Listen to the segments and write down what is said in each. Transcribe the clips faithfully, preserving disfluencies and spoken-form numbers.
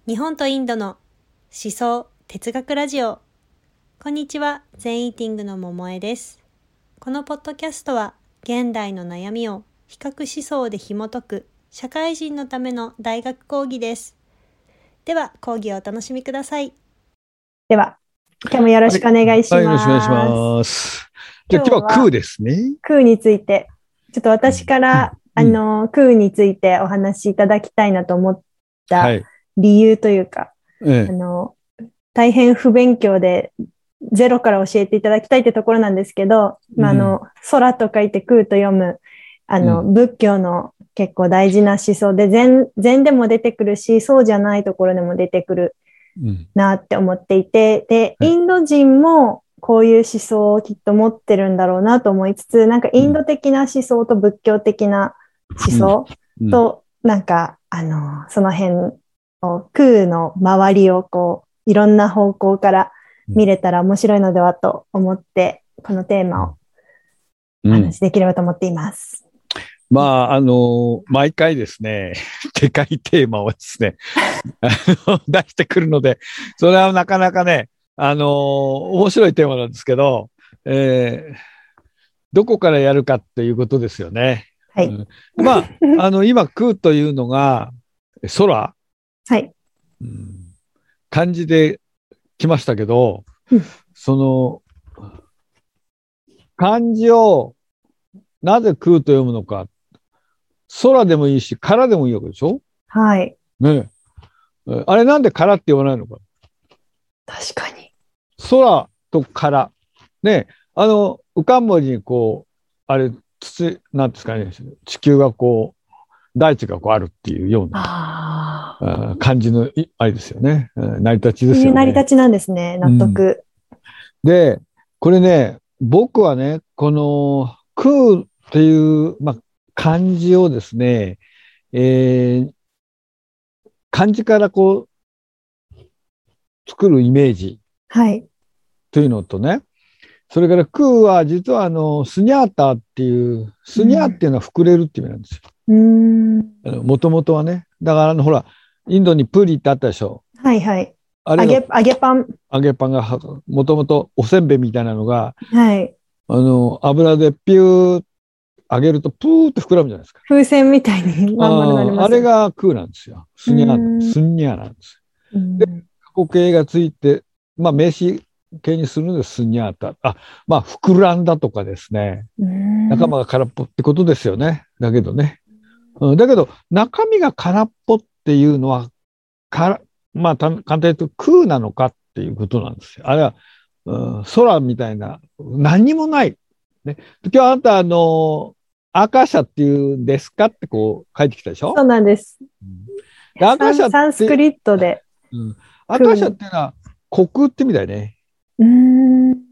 日本とインドの思想哲学ラジオ。こんにちは、全イーティングの桃江です。このポッドキャストは現代の悩みを比較思想で紐解く社会人のための大学講義です。では講義をお楽しみください。では今日もよろしくお願いします。 はい、よろしくお願いします。じゃあ今日は空ですね。 空についてちょっと私から、うん、あの空についてお話しいただきたいなと思った理由というか、はい、あの大変不勉強でゼロから教えていただきたいってところなんですけど、うんまあ、あの空と書いて空と読むあの、うん、仏教の結構大事な思想で 禅, 禅でも出てくるし、そうじゃないところでも出てくるなって思っていて、でインド人もこういう思想をきっと持ってるんだろうなと思いつつ、なんかインド的な思想と仏教的な思想と、なんかあのその辺を空の周りをこういろんな方向から見れたら面白いのではと思って、このテーマをお話しできればと思っています。 うん、まああの毎回ですねでかいテーマをですね出してくるので、それはなかなかねあの面白いテーマなんですけど、えー、どこからやるかっていうことですよね。 はい。うん、 まああの今空というのが空、 はい、 うん、漢字で来ましたけど、うん、その漢字をなぜ空と読むのか、空でもいいし空でもいいわけでしょ。 はい。 ねえ、あれなんで空って言わないのか。 確かに。 空と空ね、あの浮かん文字にこうあれ土なんですかね、地球がこう大地がこうあるっていうようなあ感じのあれですよね。成り立ちですよね。 成り立ちなんですね。納得。 うん、でこれね、僕はねこの空っていう、まあ、漢字をですね、えー、漢字からこう作るイメージというのとね、はい、それから空は実はあのスニャータっていうスニャーっていうのは膨れるっていう意味なんですよ。もともとはね、だからあのほらインドにプーリってあったでしょ。 はいはい。あれが揚げパン揚げパンがもともとおせんべいみたいなのが、 はい、 あの油でピュー揚げるとプーって膨らむじゃないですか。 風船みたいにまん丸になります。 あれが空なんですよ。スニャースニャーなんですよ。で過去形がついて、まあ名詞形にするのでスニャータ、あ、まあ膨らんだとかですね、仲間が空っぽってことですよね。だけどね、うん、だけど中身が空っぽっていうのはからまあ簡単に言うと空なのかっていうことなんですよ。あれは、うん、空みたいな何にもない、ね、今日あなたあのアーカーシャっていうんですかってこう書いてきたでしょ。 そうなんです。うん、でアーカーシャってサンスクリットで、 うん、アーカーシャっていうのは虚空ってみたいね。 うーん、 うん、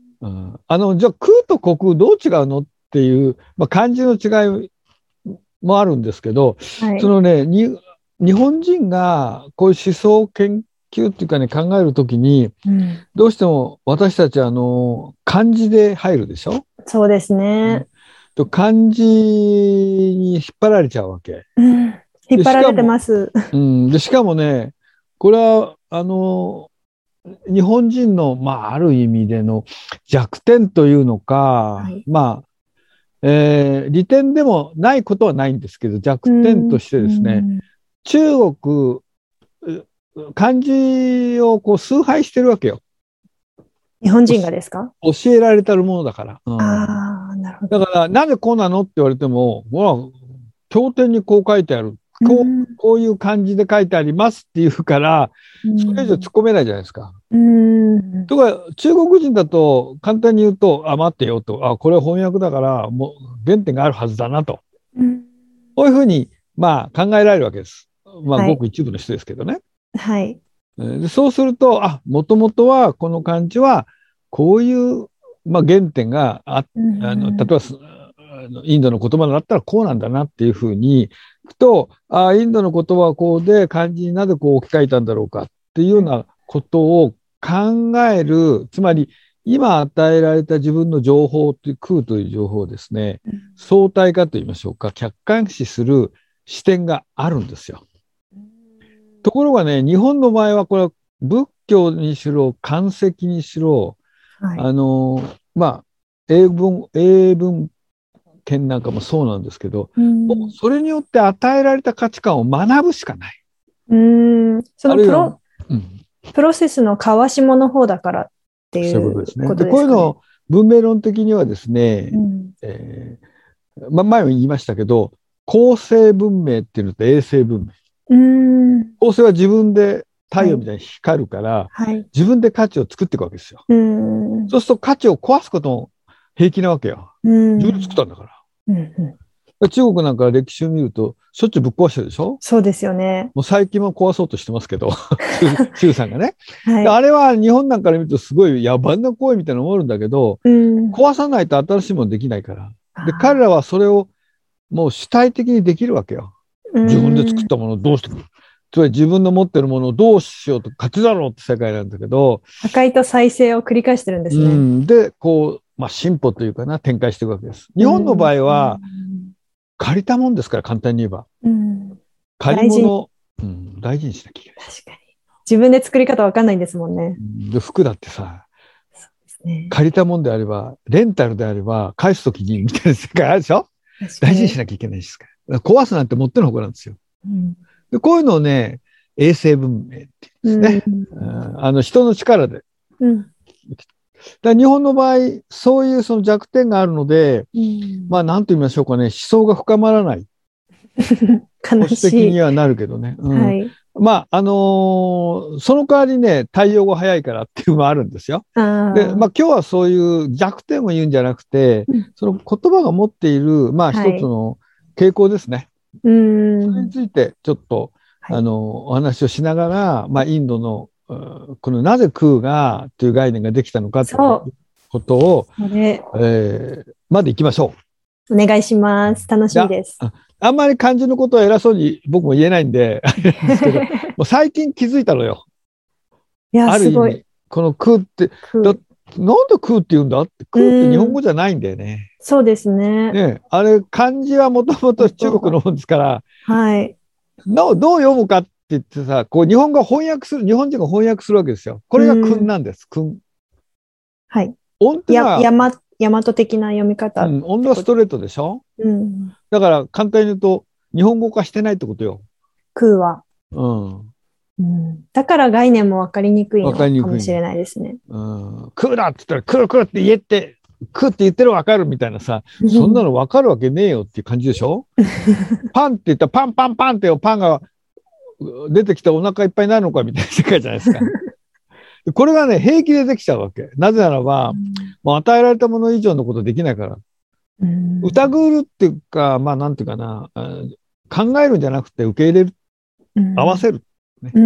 あのじゃあ空と虚空どう違うのっていう、まあ、漢字の違いもあるんですけど、はい、そのねに日本人がこういう思想研究っていうかね考えるときに、うん、どうしても私たちあの漢字で入るでしょ。 そうですね。 と漢字に引っ張られちゃうわけ。 うん、引っ張られてます。 うん、でしかもね、これはあの日本人の、まあ、ある意味での弱点というのか、はい、まあ、えー、利点でもないことはないんですけど、弱点としてですね、中国漢字をこう崇拝してるわけよ。 日本人がですか？ 教えられたるものだから。 うん、ああ、なるほど。 だからなぜこうなのって言われても、ほら経典にこう書いてある、こう、こういう漢字で書いてありますっていうから、それ以上突っ込めないじゃないですか。うんとか中国人だと簡単に言うと、あ、待ってよと、あ、これは翻訳だからもう原点があるはずだなと、うん、こういうふうにまあ考えられるわけです。まあ、はい、ごく一部の人ですけどね。 はい、 でそうすると、あ、もともとはこの漢字はこういう、まあ、原点が あ, あの例えばインドの言葉だったらこうなんだなっていうふうにと、あ、インドの言葉はこうで漢字になぜこう置き換えたんだろうかっていうようなことを考える、つまり今与えられた自分の情報という空という情報をですね、相対化といいましょうか、客観視する視点があるんですよ。 ところがね、日本の場合はこれは仏教にしろ漢石にしろ、はい、あのまあ英文英文圏なんかもそうなんですけど、うん、もうそれによって与えられた価値観を学ぶしかない。 うん、そのプロ、うん、プロセスの交わしもの方だからっていうことですね。 でこういうのを文明論的にはですね、うんえーまあ、前も言いましたけど、構成文明っていうのと衛星文明。うん構成は自分で太陽みたいに光るから、はい、自分で価値を作っていくわけですよ。うんそうすると価値を壊すことも平気なわけよ。うん自分で作ったんだから。うんうん、中国なんか歴史を見るとしょっちゅうぶっ壊してるでしょ。 そうですよね。 もう最近も壊そうとしてますけど習さんがね、はい、あれは日本なんかで見るとすごい野蛮な行為みたいなのもあるんだけど、うん、壊さないと新しいものできないから。で彼らはそれをもう主体的にできるわけよ。自分で作ったものをどうしてくる。つまり自分の持ってるものをどうしようと勝ちだろうって世界なんだけど、 破壊と再生を繰り返してるんですね。 うん、でこう、まあ、進歩というかな展開していくわけです。日本の場合は借りたもんですから簡単に言えば、うん、借り物大事、うん、大事にしなきゃいけない。 確かに自分で作り方わかんないんですもんね。 で服だってさ、そうですね、借りたもんであればレンタルであれば返すときにみたいな世界あるでしょ。大事にしなきゃいけないですから。壊すなんてもってのほかなんですよ。うん、でこういうのをね、衛星文明って言うんですね。うん、あの人の力で。うん、だ日本の場合、そういうその弱点があるので、うん、まあ何と言いましょうかね、思想が深まらない。 悲しい。保守的にはなるけどね。うんはい、まああのー、その代わりね、対応が早いからっていうのもあるんですよ。で、まあ今日はそういう弱点を言うんじゃなくて、うん、その言葉が持っているまあ一つの傾向ですね。はい、うんそれについてちょっと、はい、あのお話をしながら、まあインドのこのなぜ空がという概念ができたのかということを、えー、までいきましょう。お願いします。楽しみです。 あ, あんまり漢字のことは偉そうに僕も言えないんであれなんですけどもう最近気づいたのよ。 いやある意味すごいこの空ってだなんで空って言うんだって空って日本語じゃないんだよね。 そうですね。 ねあれ漢字はもともと中国のもんですから、 はい、 どう読むかって言ってさ、こう日本語が翻訳する、日本人が翻訳するわけですよ。これが訓なんです。訓。 はい。 音ってのはやま大和的な読み方。 うん、音はストレートでしょ。うん。だから簡単に言うと日本語化してないってことよ。 空は。うん。うん、だから概念も分かりにくいのかもしれないですね。 うん。空だって言ったら空空って言えて。空って言ってる分かるみたいなさ、そんなの分かるわけねえよっていう感じでしょ。パンって言ったらパンパンパンってパンが出てきてお腹いっぱいになるのかみたいな世界じゃないですか。これがね平気でできちゃうわけ。なぜならば、うん、もう与えられたもの以上のことできないから。うん、疑うっていうかまあなんていうかな、考えるんじゃなくて受け入れる、うん、合わせる、ねうん、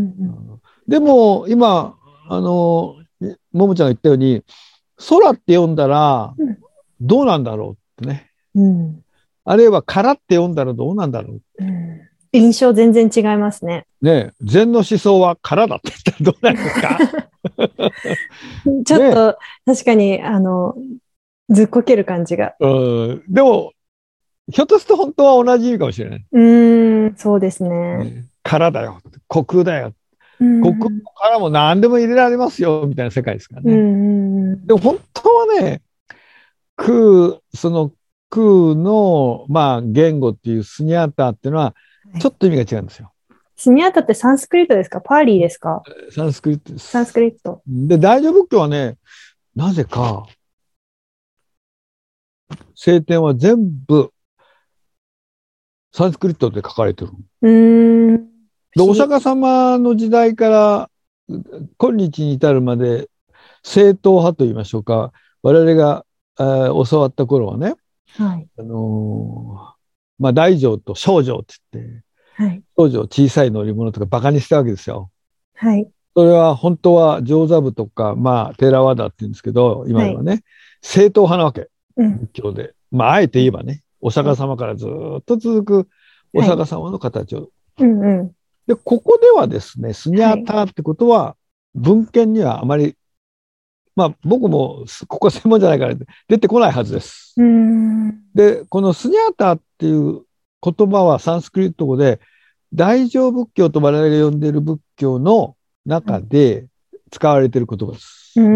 でも今あのももちゃんが言ったように空って読んだらどうなんだろうってね、うん、あるいは空って読んだらどうなんだろう、うん、 印象全然違いますね。 ねえ禅の思想は空だって言ったらどうなるですか。 ちょっと、ね、確かにあのずっこける感じが、 うん、でもひょっとすると本当は同じ意味かもしれない。 うーんそうです ね, ね空だよ空空だよ国からも何でも入れられますよみたいな世界ですからね。でも本当はね、空その空のまあ言語っていうスニャータっていうのはちょっと意味が違うんですよ。 スニャータってサンスクリットですか？パーリーですか？ サンスクリットです。 サンスクリット。 で大乗仏教はね、なぜか聖典は全部サンスクリットで書かれてる。うーん。でお釈迦様の時代から今日に至るまで正統派といいましょうか、我々が、えー、教わった頃はね、はいあのーまあ、大乗と小乗って言って、はい、小乗小さい乗り物とかバカにしたわけですよ。はい、それは本当は上座部とか、まあ、テーラワダって言うんですけど今ではね、はい、正統派なわけ、うん、仏教で、まあ、あえて言えばねお釈迦様からずっと続くお釈迦様の形を、はいうんうんで、ここではですね、スニャーターってことは、文献にはあまり、まあ僕もここは専門じゃないから出てこないはずです。うんで、このスニャーターっていう言葉はサンスクリット語で、 大乗仏教と我々が呼んでいる仏教の中で使われている言葉です。 うん、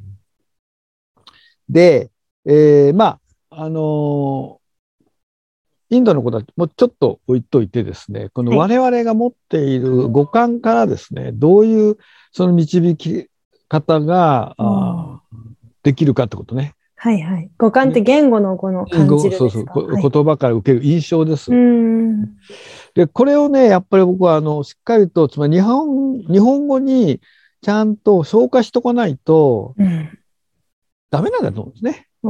で、えー、まあ、あのー、インドのことはもうちょっと置いといてですね、この我々が持っている五感からですね、どういうその導き方が、あできるかってことね。 はいはい。五感って言語のこの感じるですか？ そうそう、 はい、 言葉から受ける印象です。 うん、 で、これをね、やっぱり僕はあのしっかりと、つまり日本、日本語にちゃんと消化しとかないと、ダメなんだと思うんですね。 うん、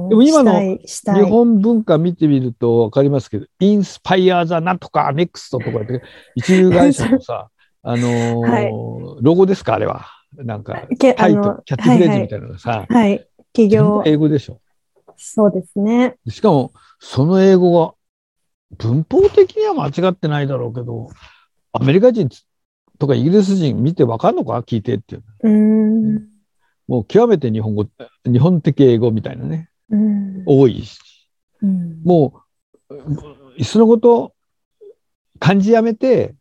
でも今の日本文化見てみると分かりますけど、インスパイアーザなんとかネクストとかって一流会社のさ、あのーはい、ロゴですかあれは。なんかタイトル、キャッチフレーズみたいなのがさ、 はいはい、企業英語でしょ。 そうですね。 しかもその英語が文法的には間違ってないだろうけど、アメリカ人とかイギリス人見て分かんのか聞いてっていう。 うーん、 もう極めて日本語、日本的英語みたいなね、うん、多いし、うん、もう、いっそのこと、漢字やめて、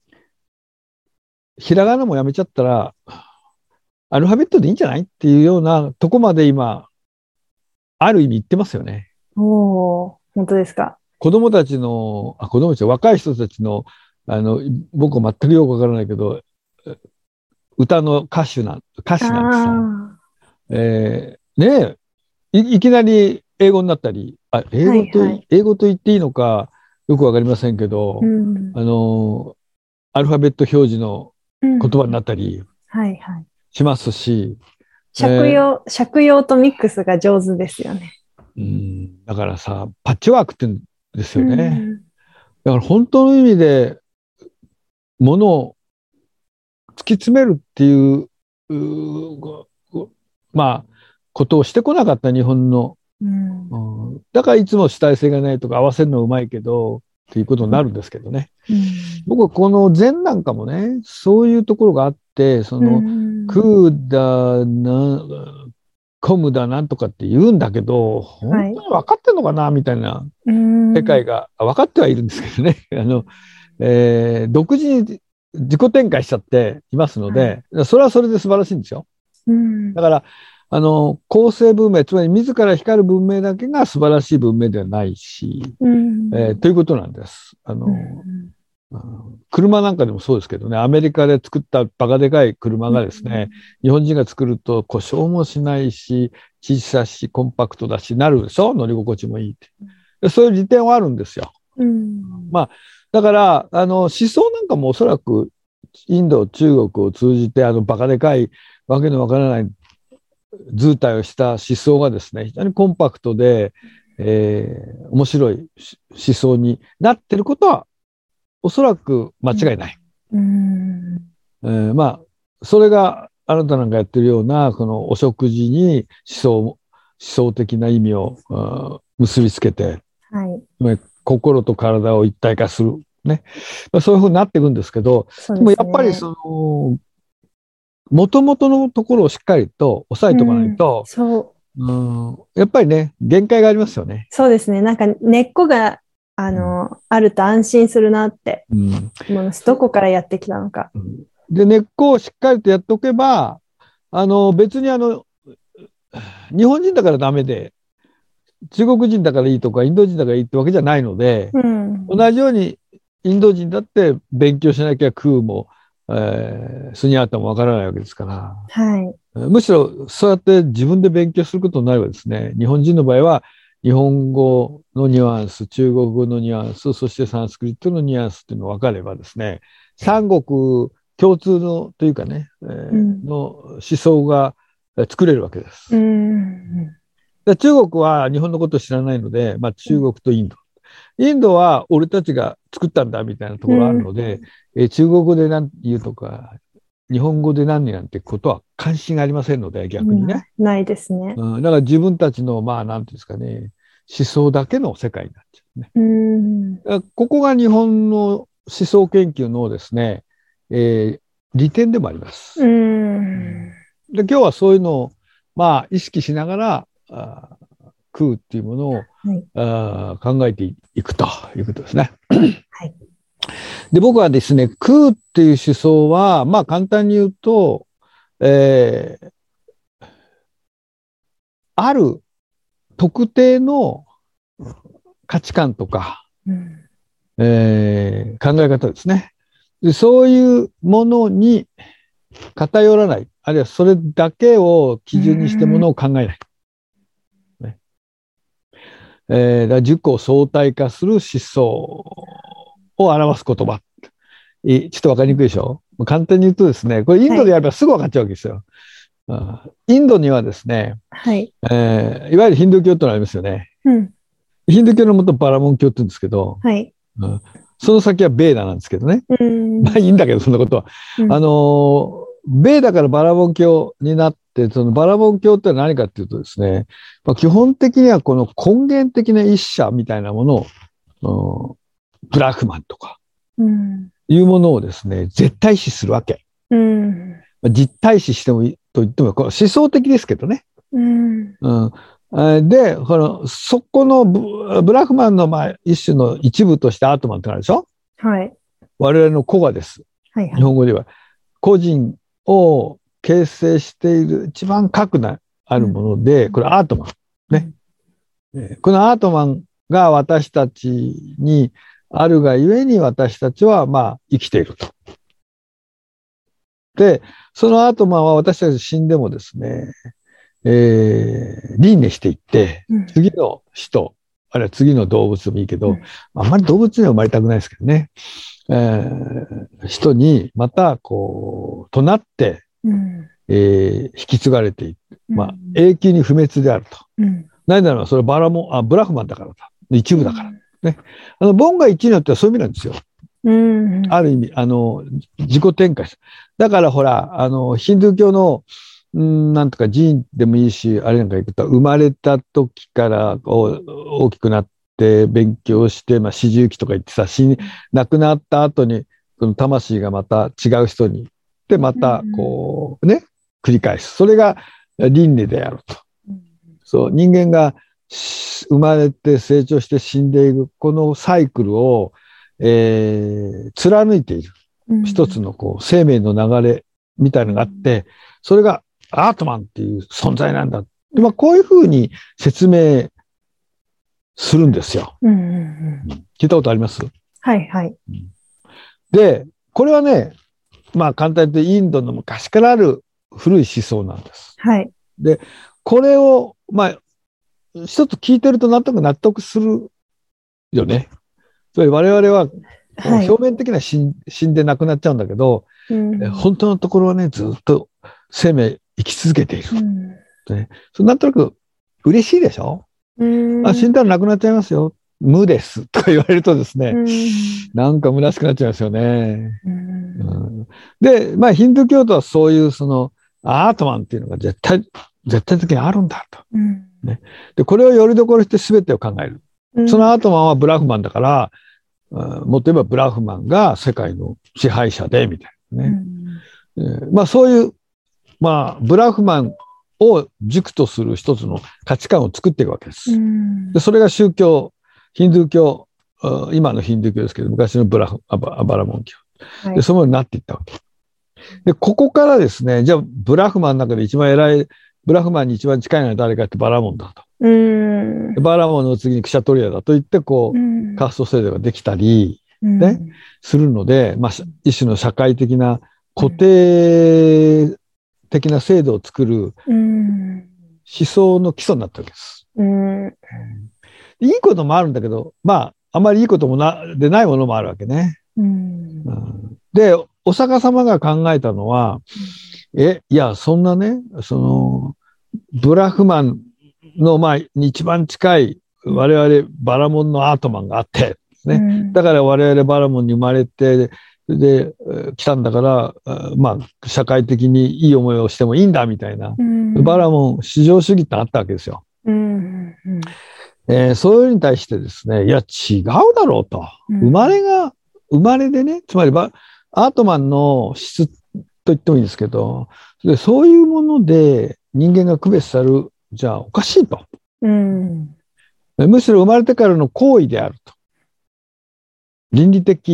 ひらがなもやめちゃったら、アルファベットでいいんじゃないっていうようなとこまで今、ある意味言ってますよね。 おー、本当ですか。 子供たちの、あ子供たち、若い人たちの、あの、僕は全くよくわからないけど、歌の歌手な、歌詞なんてさ、えー、ねえい、いきなり英語になったり、あ、英語と、はいはい、英語と言っていいのかよくわかりませんけど、うん、あの、アルファベット表示の言葉になったりしますし、 借用、借用とミックスが上手ですよね。 うん、だからさ、パッチワークって言うんですよね。うん、だから本当の意味でものを突き詰めるっていう、うまあ、ことをしてこなかった日本の、うんうん、だからいつも主体性がないとか合わせるのうまいけどっていうことになるんですけどね、うん、僕はこの禅なんかもねそういうところがあってその、うん、空だなコムだなんとかって言うんだけど本当に分かってんのかな、はい、みたいな世界が分かってはいるんですけどねあの、えー、独自に自己展開しちゃっていますので、はい、それはそれで素晴らしいんですよ。うん、だからあの構成文明つまり自ら光る文明だけが素晴らしい文明ではないし、うんえー、ということなんです。あの、うん、車なんかでもそうですけどねアメリカで作ったバカでかい車がですね、うん、日本人が作ると故障もしないし小さいしコンパクトだしなるでしょ乗り心地もいいってでそういう利点はあるんですよ。うん、まあだからあの思想なんかもおそらくインド中国を通じてあのバカでかいわけのわからない図体をした思想がですね非常にコンパクトで、えー、面白い思想になっていることはおそらく間違いない。うんえー、まあそれがあなたなんかやってるようなこのお食事に思想思想的な意味を結びつけて、はい、心と体を一体化するね、そういうふうになっていくんですけど、でもやっぱりそのもともとのところをしっかりと押さえておかないと、うん、そう、うん、やっぱりね限界がありますよね。 そうですね。なんか根っこがあの、うん、あると安心するなって思います。どこからやってきたのか。 うん、で根っこをしっかりとやっておけばあの別にあの日本人だからダメで中国人だからいいとかインド人だからいいってわけじゃないので、うん、同じようにインド人だって勉強しなきゃ空も、えー、スニャータもわからないわけですから、はい、むしろそうやって自分で勉強することになればですね日本人の場合は日本語のニュアンス中国語のニュアンスそしてサンスクリットのニュアンスっていうのが分かればですね三国共通のというかね、えーうん、の思想が作れるわけです。うんで中国は日本のことを知らないので、まあ、中国とインド、うん、インドは俺たちが作ったんだみたいなところあるので、うん、え中国語で何言うとか日本語で何なんてことは関心がありませんので逆にね、 うん、ないですね、 うん、だから自分たちのまあ何ていうんですかね思想だけの世界になっちゃうね、うん、ここが日本の思想研究のですね、えー、利点でもあります、うん、で今日はそういうのをまあ意識しながらあ空っていうものを、はい、あ考えていくということですね。はいで、僕はですね、空っていう思想は、まあ簡単に言うと、えー、ある特定の価値観とか、うんえー、考え方ですねで。そういうものに偏らない、あるいはそれだけを基準にしてものを考えない。ねえー、だ自己を相対化する思想を表す言葉。ちょっとわかりにくいでしょ。簡単に言うとですね、これインドでやればすぐ分かっちゃうわけですよ。はい、インドにはですね、はいえー、いわゆるヒンドゥー教ってのがありますよね。うん、ヒンドゥー教のもとバラモン教って言うんですけど、はいうん、その先はベーダなんですけどね。うんまあいいんだけど、そんなことは。うん、あのー、ベーダからバラモン教になって、そのバラモン教って何かっていうとですね、まあ、基本的にはこの根源的な一者みたいなものを、ブラフマンとか、うんいうものをですね、絶対視するわけ。うん、実対視してもいいと言っても、これ思想的ですけどね。うんうん、で、この、そこのブ、ブラフマンのまあ一種の一部としてアートマンってあるでしょ。はい。我々の個がです。はいはい、日本語では。個人を形成している一番核なあるもので、うん、これアートマン。ね、うん。このアートマンが私たちにあるがゆえに私たちはまあ生きていると。で、そのアートマンは私たち死んでもですね、えー、輪廻していって、次の人、あるいは次の動物でもいいけど、うん、あんまり動物には生まれたくないですけどね、えー、人にまたこう、となって、うんえー、引き継がれていく。まあ、永久に不滅であると。うん、何だろう、それバラモン、あ、ブラフマンだからだ。一部だから。ね。あの、ボンが一によってはそういう意味なんですよ。うん、ある意味、あの、自己展開。だからほら、あの、ヒンドゥー教の、うん、なんとか寺院でもいいし、あれなんか行くと、生まれた時から大きくなって勉強して、まあ、四十期とか言ってさ、死亡くなった後に、その魂がまた違う人に、で、また、こう、ね、繰り返す。それが輪廻であると。そう、人間が生まれて成長して死んでいく、このサイクルを、えー、貫いている。一つのこう生命の流れみたいなのがあって、それがアートマンっていう存在なんだ。でまあ、こういうふうに説明するんですよ。うんうんうん、聞いたことあります？ はいはい。 で、これはね、まあ簡単に言ってインドの昔からある古い思想なんです。はい。で、これを、まあ、一つ聞いてるとなんとなく納得するよね。つまり我々は表面的には死ん、死んでなくなっちゃうんだけど、うん、本当のところはね、ずっと生命生き続けている。うんね、そなんとなく嬉しいでしょ、うん、あ死んだらなくなっちゃいますよ。無ですとか言われるとですね、うん、なんか虚しくなっちゃいますよね。うんうん、で、まあヒンドゥー教徒はそういうそのアートマンっていうのが絶対、絶対的にあるんだと。うんね、で、これをよりどころして全てを考える。うん、そのアートマンはブラフマンだから、もっと言えばブラフマンが世界の支配者で、みたいなね。うんえー、まあそういう、まあブラフマンを軸とする一つの価値観を作っていくわけです。うん、でそれが宗教、ヒンドゥー教、今のヒンドゥー教ですけど、昔のブラフ、アバ、アバラモン教。はい、で、そのようになっていったわけ。で、ここからですね、じゃあブラフマンの中で一番偉い、ブラフマンに一番近いのは誰かってバラモンだと。うんバラモンの次にクシャトリアだと言って、こう、カースト制度ができたり、ね、するので、まあ、一種の社会的な固定的な制度を作る思想の基礎になったわけです。うんいいこともあるんだけど、まあ、あまりいいこともな、でないものもあるわけね。うんで、お釈迦様が考えたのは、え、いや、そんなね、その、ブラフマンの、まあ、一番近い我々バラモンのアートマンがあって、ね。うん、だから我々バラモンに生まれて、で、来たんだから、まあ、社会的にいい思いをしてもいいんだ、みたいな。うん、バラモン、至上主義ってあったわけですよ。うんえー、そういうのに対してですね、いや、違うだろうと。生まれが、生まれでね、つまりバ、アートマンの質と言ってもいいんですけど、でそういうもので人間が区別される、じゃあおかしいと。うん、むしろ生まれてからの行為であると。倫理的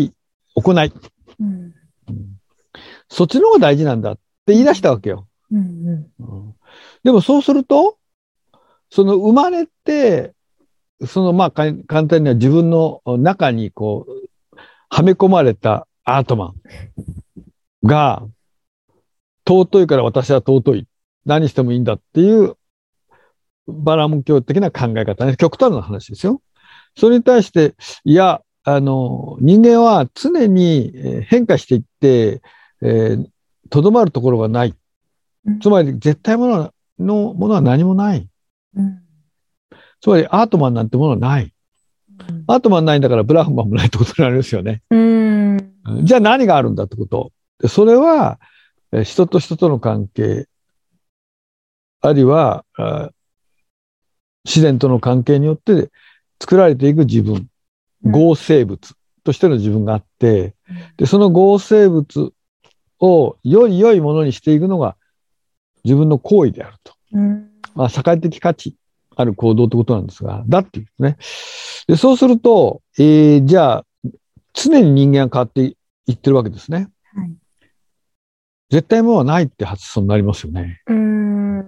行い、うんうん。そっちの方が大事なんだって言い出したわけよ。うんうんうん、でもそうすると、その生まれて、そのまあ簡単には自分の中にこう、はめ込まれたアートマンが、尊いから私は尊い。何してもいいんだっていうバラモン教的な考え方ね。極端な話ですよ。それに対して、いや、あの、人間は常に変化していって、えー、とどまるところがない。つまり、絶対もののものは何もない。うん、つまり、アートマンなんてものはない。うん、アートマンないんだから、ブラフマンもないってことになりますよね。うん、じゃあ何があるんだってこと。それは、人と人との関係、あるいは、自然との関係によって作られていく自分、合生物としての自分があって、で、その合生物をより良いものにしていくのが自分の行為であると。うん、まあ、社会的価値ある行動ってことなんですが、だっていうんですね。で、そうすると、えー、じゃあ、常に人間は変わっていってるわけですね。はい、絶対ものはないって発想になりますよね。 うん。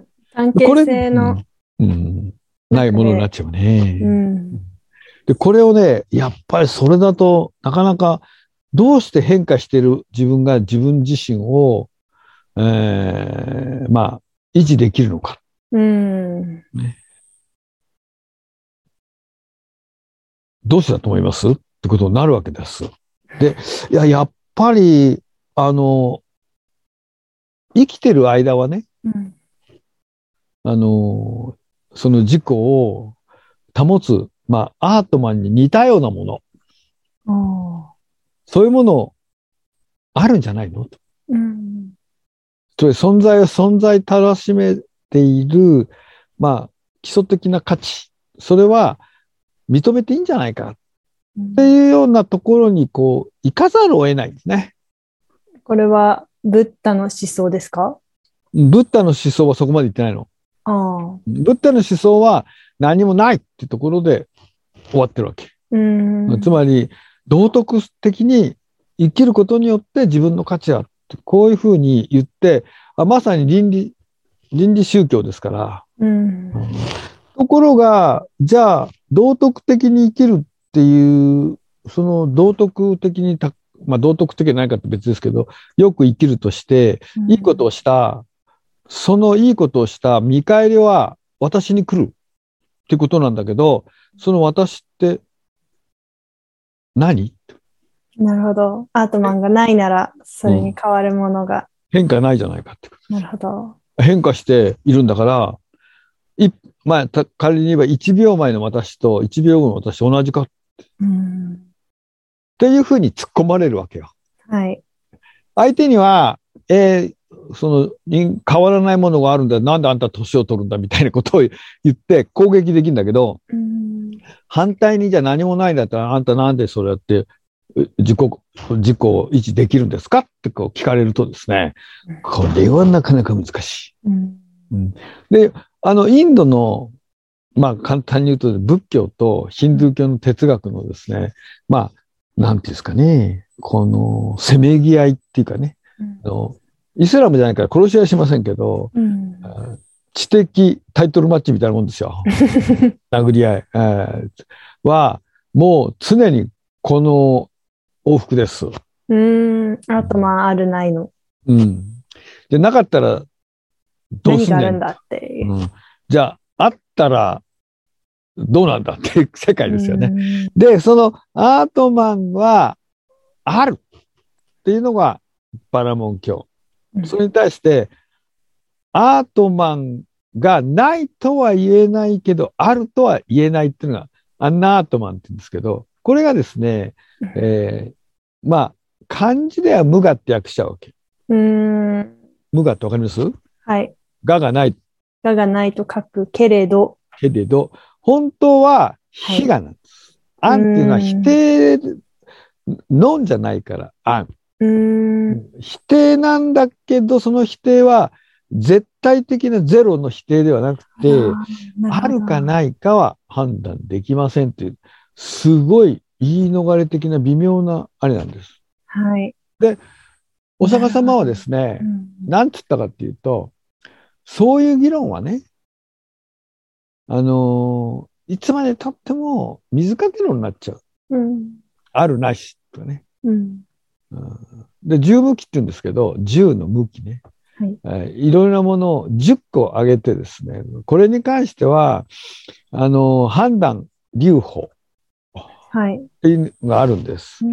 関係性の、 うんうん、ないものになっちゃうね。うん、で、これをね、やっぱりそれだとなかなかどうして変化している自分が自分自身を、えー、まあ、維持できるのか。うんね、どうしてだと思いますってことになるわけです。で、いや、やっぱり、あの、生きてる間はね、うん、あの、その自己を保つ、まあ、アートマンに似たようなもの、そういうものあるんじゃないのと。うん、つまり存在を存在たらしめている、まあ、基礎的な価値、それは認めていいんじゃないかっていうようなところに、こう、行かざるを得ないんですね。 これは、ブッダの思想ですか？ ブッダの思想はそこまで言ってないの。あブッダの思想は何もないっていうところで終わってるわけ。うんつまり、道徳的に生きることによって自分の価値はこういうふうに言って、あまさに倫理、倫理宗教ですから。うん、ところが、じゃあ、道徳的に生きるっていう、その道徳的にた、まあ道徳的じゃないかって別ですけど、よく生きるとして、いいことをした、うん、そのいいことをした見返りは私に来るってことなんだけど、その私って何？ なるほど。アートマンがないなら、それに変わるものが。 うん、変化ないじゃないかってこと。 なるほど。 変化しているんだから、いまあ、仮に言えばいちびょうまえの私といちびょうごの私同じかって。うん、っていうふうに突っ込まれるわけよ。はい。相手には、えー、その変わらないものがあるんだ。なんであんた年を取るんだみたいなことを言って攻撃できるんだけど、うん、反対にじゃあ何もないんだったらあんたなんでそれやって自己、自己を維持できるんですかってこう聞かれるとですね、これはなかなか難しい。うんうん、で、あの、インドの、まあ簡単に言うと仏教とヒンドゥー教の哲学のですね、まあ、なんていうんですかね、このせめぎ合いっていうかね、うん、のイスラムじゃないから殺し合いしませんけど、うん、知的タイトルマッチみたいなもんですよ。殴り合い、えー、は、もう常にこの往復です。 うん、あとまあ、あるないの。 うん。で、なかったら、どうすんねん。 何があるんだっていう。 うん、じゃあ、あったら、どうなんだっていう世界ですよね。で、そのアートマンは、あるっていうのがバラモン教。それに対して、アートマンがないとは言えないけど、あるとは言えないっていうのが、アンナートマンって言うんですけど、これがですね、えー、まあ、漢字では無我って訳しちゃうわけ。うーん無我ってわかります？はい。我がない。 我がないと書くけれど。 けれど、本当は非我なんです。はい、アンっていうのは否定、ノンじゃないから、アン。うーん否定なんだけど、その否定は絶対的なゼロの否定ではなくて、あるかないかは判断できませんっていう、すごい言い逃れ的な微妙なあれなんです。 はい。 で、お釈迦様はですね、うん、なんつったかっていうと、そういう議論はね、あのー、いつまで経っても水かけ論になっちゃう。うん、あるなしとかね。うんうん、で、十向きって言うんですけど、十の向きね。はい、えー、いろいろなものをじゅっこ挙げてですね、これに関しては、あのー、判断、留保。はい。っていうのがあるんです。うん、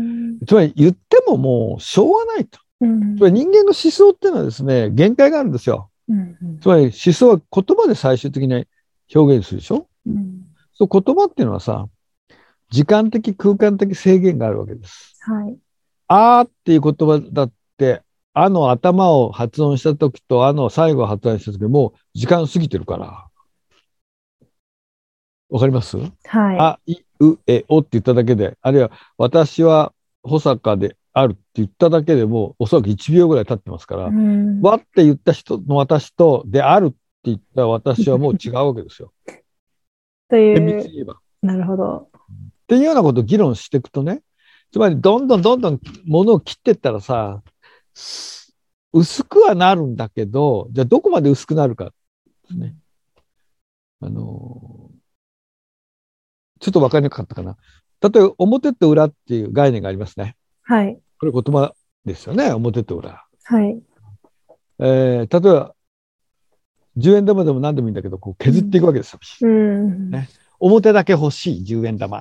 つまり言ってももうしょうがないと。うん、つまり人間の思想っていうのはですね、限界があるんですよ。うんうん、つまり思想は言葉で最終的に表現するでしょ。うん、そう言葉っていうのはさ、時間的空間的制限があるわけです。はい、あーっていう言葉だって、あの頭を発音した時とあの最後を発音した時もう時間過ぎてるから。わかります？はい。あ、い、う、え、おって言っただけで、あるいは私は保坂であるって言っただけでも、おそらくいちびょうぐらい経ってますから、わって言った人の私とであるって言った私はもう違うわけですよ。 という。厳密に言えば。なるほど。 っていうようなことを議論していくとね、つまりどんどんどんどんものを切っていったらさ、薄くはなるんだけど、じゃあどこまで薄くなるかですね。あのちょっと分かりにくかったかな。例えば、表と裏っていう概念がありますね。はい。これ言葉ですよね、表と裏。はい。えー、例えば、じゅうえん玉でも何でもいいんだけど、こう削っていくわけですよ。うんね、表だけ欲しいじゅうえん玉。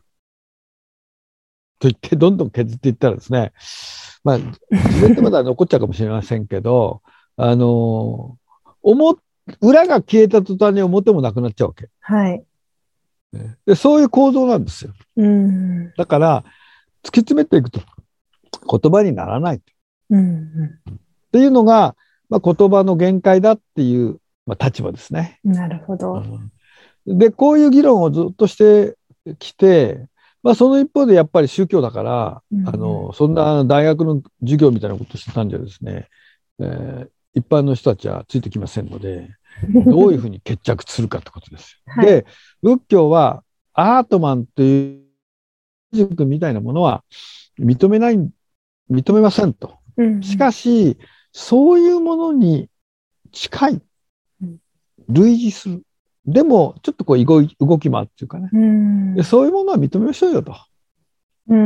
と言って、どんどん削っていったらですね、まあ、じゅうえん玉では残っちゃうかもしれませんけど、あのー、裏が消えた途端に表もなくなっちゃうわけ。はい。でそういう構造なんですよ。うん、だから突き詰めていくと言葉にならない、うん、っていうのが、まあ、言葉の限界だっていう、まあ、立場ですね。 なるほど。 うん、でこういう議論をずっとしてきて、まあ、その一方でやっぱり宗教だから、うん、あのそんな大学の授業みたいなことをしてたんじゃですね、えー、一般の人たちはついてきませんので。どういうふうに決着するかってことですよ。はい、で、仏教はアートマンという塾みたいなものは認めない、認めませんと。うんうん、しかし、そういうものに近い、類似する。でも、ちょっとこう動き回っていうかね、うん、で。そういうものは認めましょうよと。うん、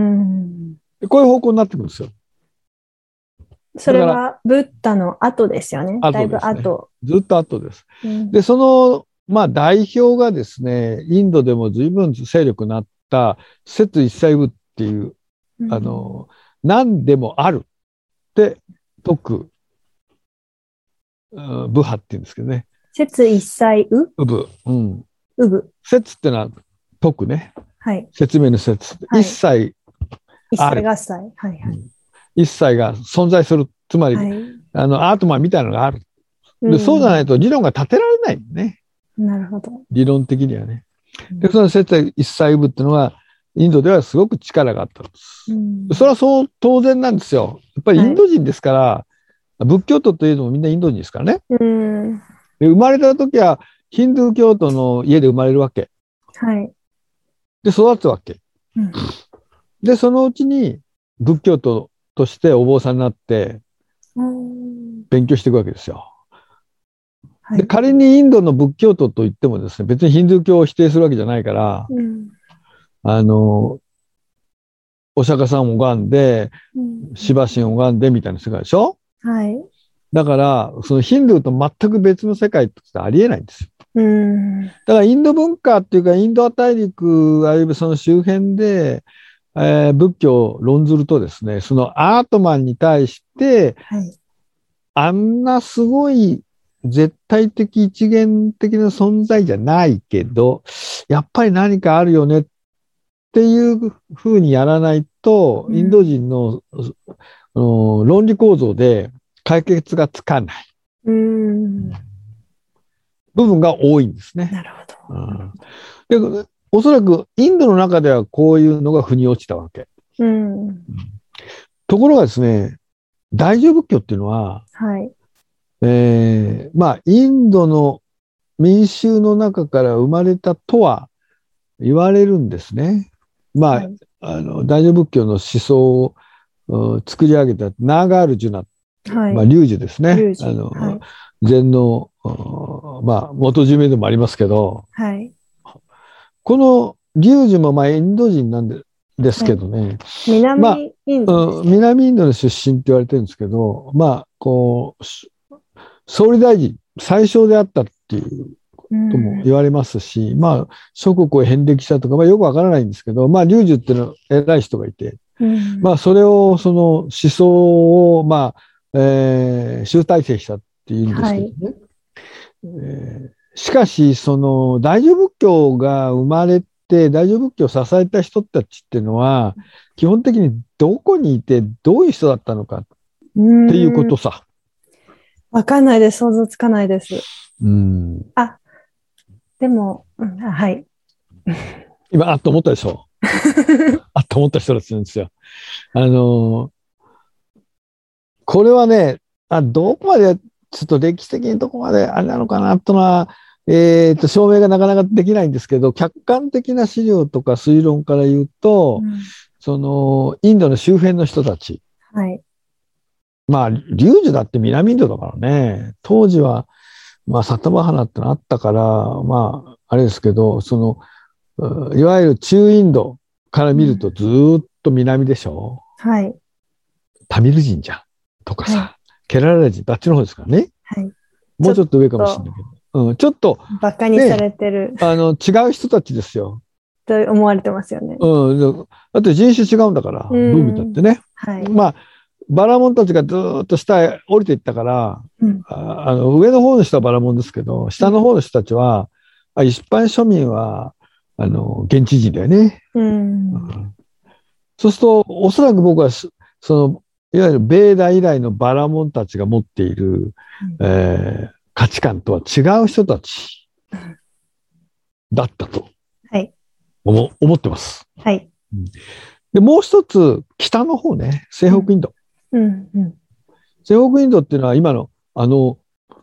でこういう方向になってくるんですよ。 それはブッダの後ですよね。だいぶ後。 ずっと後です。うん、で、その、まあ代表がですね、インドでも随分勢力になった説一切部っていう、うん、あの、何でもあるって説く、うん、部派っていうんですけどね。 説一切ううぶ。うん。 うぶ。 説ってのは説くね。はい。説明の説。はい、一切ある。 一切合切。はいはい。うん、 一切が存在する。つまり、はい、あの、アートマンみたいなのがある。で、そうじゃないと理論が立てられないね。 なるほど。 理論的にはね。で、その説一切部っていうのは、インドではすごく力があったんです。うん、それはそう当然なんですよ。やっぱりインド人ですから、はい、仏教徒といえどもみんなインド人ですからね。うん、で生まれた時はヒンドゥー教徒の家で生まれるわけ。はい。で、育つわけ。うん、で、そのうちに仏教徒としてお坊さんになって、勉強していくわけですよ。はい、で仮にインドの仏教徒といってもですね、別にヒンドゥー教を否定するわけじゃないから、うん、あの、お釈迦さんを拝んで、シバ神を拝んでみたいな世界でしょ？はい。だから、そのヒンドゥーと全く別の世界ってありえないんですよ。うん、だからインド文化っていうか、インド大陸あるいはその周辺で、えー、仏教を論ずるとですね、そのアートマンに対して、はい、あんなすごい絶対的一元的な存在じゃないけど、やっぱり何かあるよねっていうふうにやらないと、インド人の、うん、論理構造で解決がつかない、うん、部分が多いんですね。なるほど。うん、でおそらくインドの中ではこういうのが腑に落ちたわけ。うん、ところがですね、大乗仏教っていうのは、はい、えー、まあ、インドの民衆の中から生まれたとは言われるんですね。まあ、はい、あの大乗仏教の思想作り上げたナーガールジュナ、はい、まあ、龍樹ですね。あの、はい、禅の、まあ、元締めでもありますけど、はい、この龍樹もまあインド人なんでですけどね、はい、 南インド、 まあ、南インドの出身って言われてるんですけど、まあ、こう、総理大臣、最小であったっていうとも言われますし、まあ、諸国を遍歴したとか、まあ、よくわからないんですけど、まあ、龍樹っていうのは偉い人がいて、うん、まあ、それを、その思想を、まあ、えー、集大成したっていうんですけどね。はい、えー、しかし、その、大乗仏教が生まれて、大乗仏教を支えた人たちっていうのは、基本的にどこにいて、どういう人だったのかっていうことさ。 わかんないです。想像つかないです。 うん。 あ、でも、うん、はい。 今、あっと思ったでしょ。あっと思った人たちなんですよ。あのー、これはね、あ、どこまで、ちょっと歴史的にどこまであれなのかなというのは、えっと、証明がなかなかできないんですけど、客観的な資料とか推論から言うと、うん、その、インドの周辺の人たち。はい。まあ、龍樹だって南インドだからね、当時は、まあ、サタバハナってのあったから、まあ、あれですけど、その、いわゆる中インドから見るとずっと南でしょ、うん、はい。タミル人じゃん。とかさ、はい、ケララ人、あっちの方ですからね。はい。もうちょっと上かもしれないけど。うん、ちょっと。 バカにされてる、 ね。あの、違う人たちですよ。 と思われてますよね。 うん。だって人種違うんだから、どう見たってね。はい。まあ、バラモンたちがずっと下へ降りていったから、うん、ああの上の方の人はバラモンですけど、下の方の人たちは、うん、一般庶民は、あの、現地人だよね。うんうん、そうすると、おそらく僕は、その、いわゆるベーダ以来のバラモンたちが持っている、うん、えー、価値観とは違う人たちだったと、はい、思、思ってます。はい。で、もう一つ、北の方ね、西北インド。うんうんうん、西北インドっていうのは今の、あの、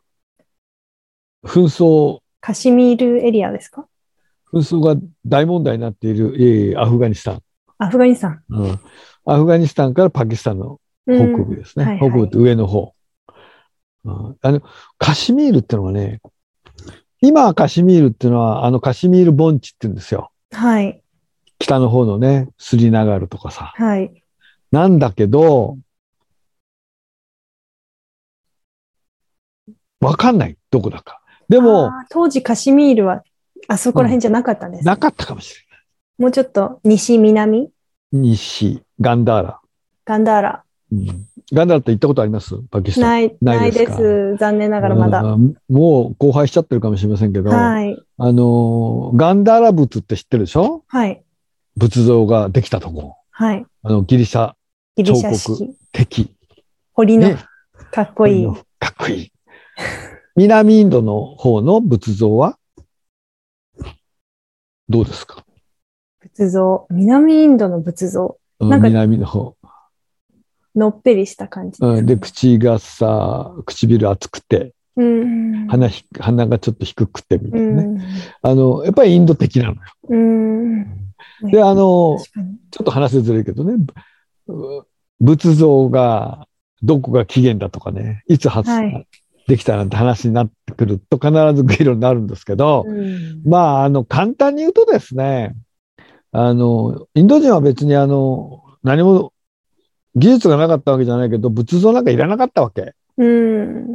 紛争。 カシミールエリアですか？ 紛争が大問題になっている、えー、アフガニスタン。 アフガニスタン。 うん。アフガニスタンからパキスタンの北部ですね。うんはいはい、北部って上の方、うん。あの、カシミールっていうのはね、今はカシミールっていうのは、あのカシミール盆地って言うんですよ。はい。北の方のね、スリナガルとかさ。はい。なんだけど、わかんない。どこだか。でも、 当時カシミールはあそこら辺じゃなかったんです、ねうん、 なかったかもしれない。 もうちょっと西、南西、ガンダーラ。 ガンダーラ。 うん、ガンダーラって行ったことあります？パキスタン。 ない、ないです。残念ながらまだ。 もう荒廃しちゃってるかもしれませんけど、はい、あの、ガンダーラ仏って知ってるでしょ？はい。仏像ができたとこ。はい。あの、ギリシャ彫刻的。 彫の、ね、かっこいい。 かっこいい。南インドの方の仏像はどうですか？ 仏像。南インドの仏像。 なんか南の方。 のっぺりした感じです、ね。 で、口がさ、唇厚くて、うん、鼻ひ、鼻がちょっと低くてみたいなね。うん、あの、やっぱりインド的なのよ。うん、で、あの、ちょっと話ずれるけどね、仏像がどこが起源だとかね、いつ発、はい、できたなんて話になってくると必ず議論になるんですけど、うん、まあ、あの、簡単に言うとですね、あの、インド人は別にあの、何も技術がなかったわけじゃないけど、仏像なんかいらなかったわけ。うん、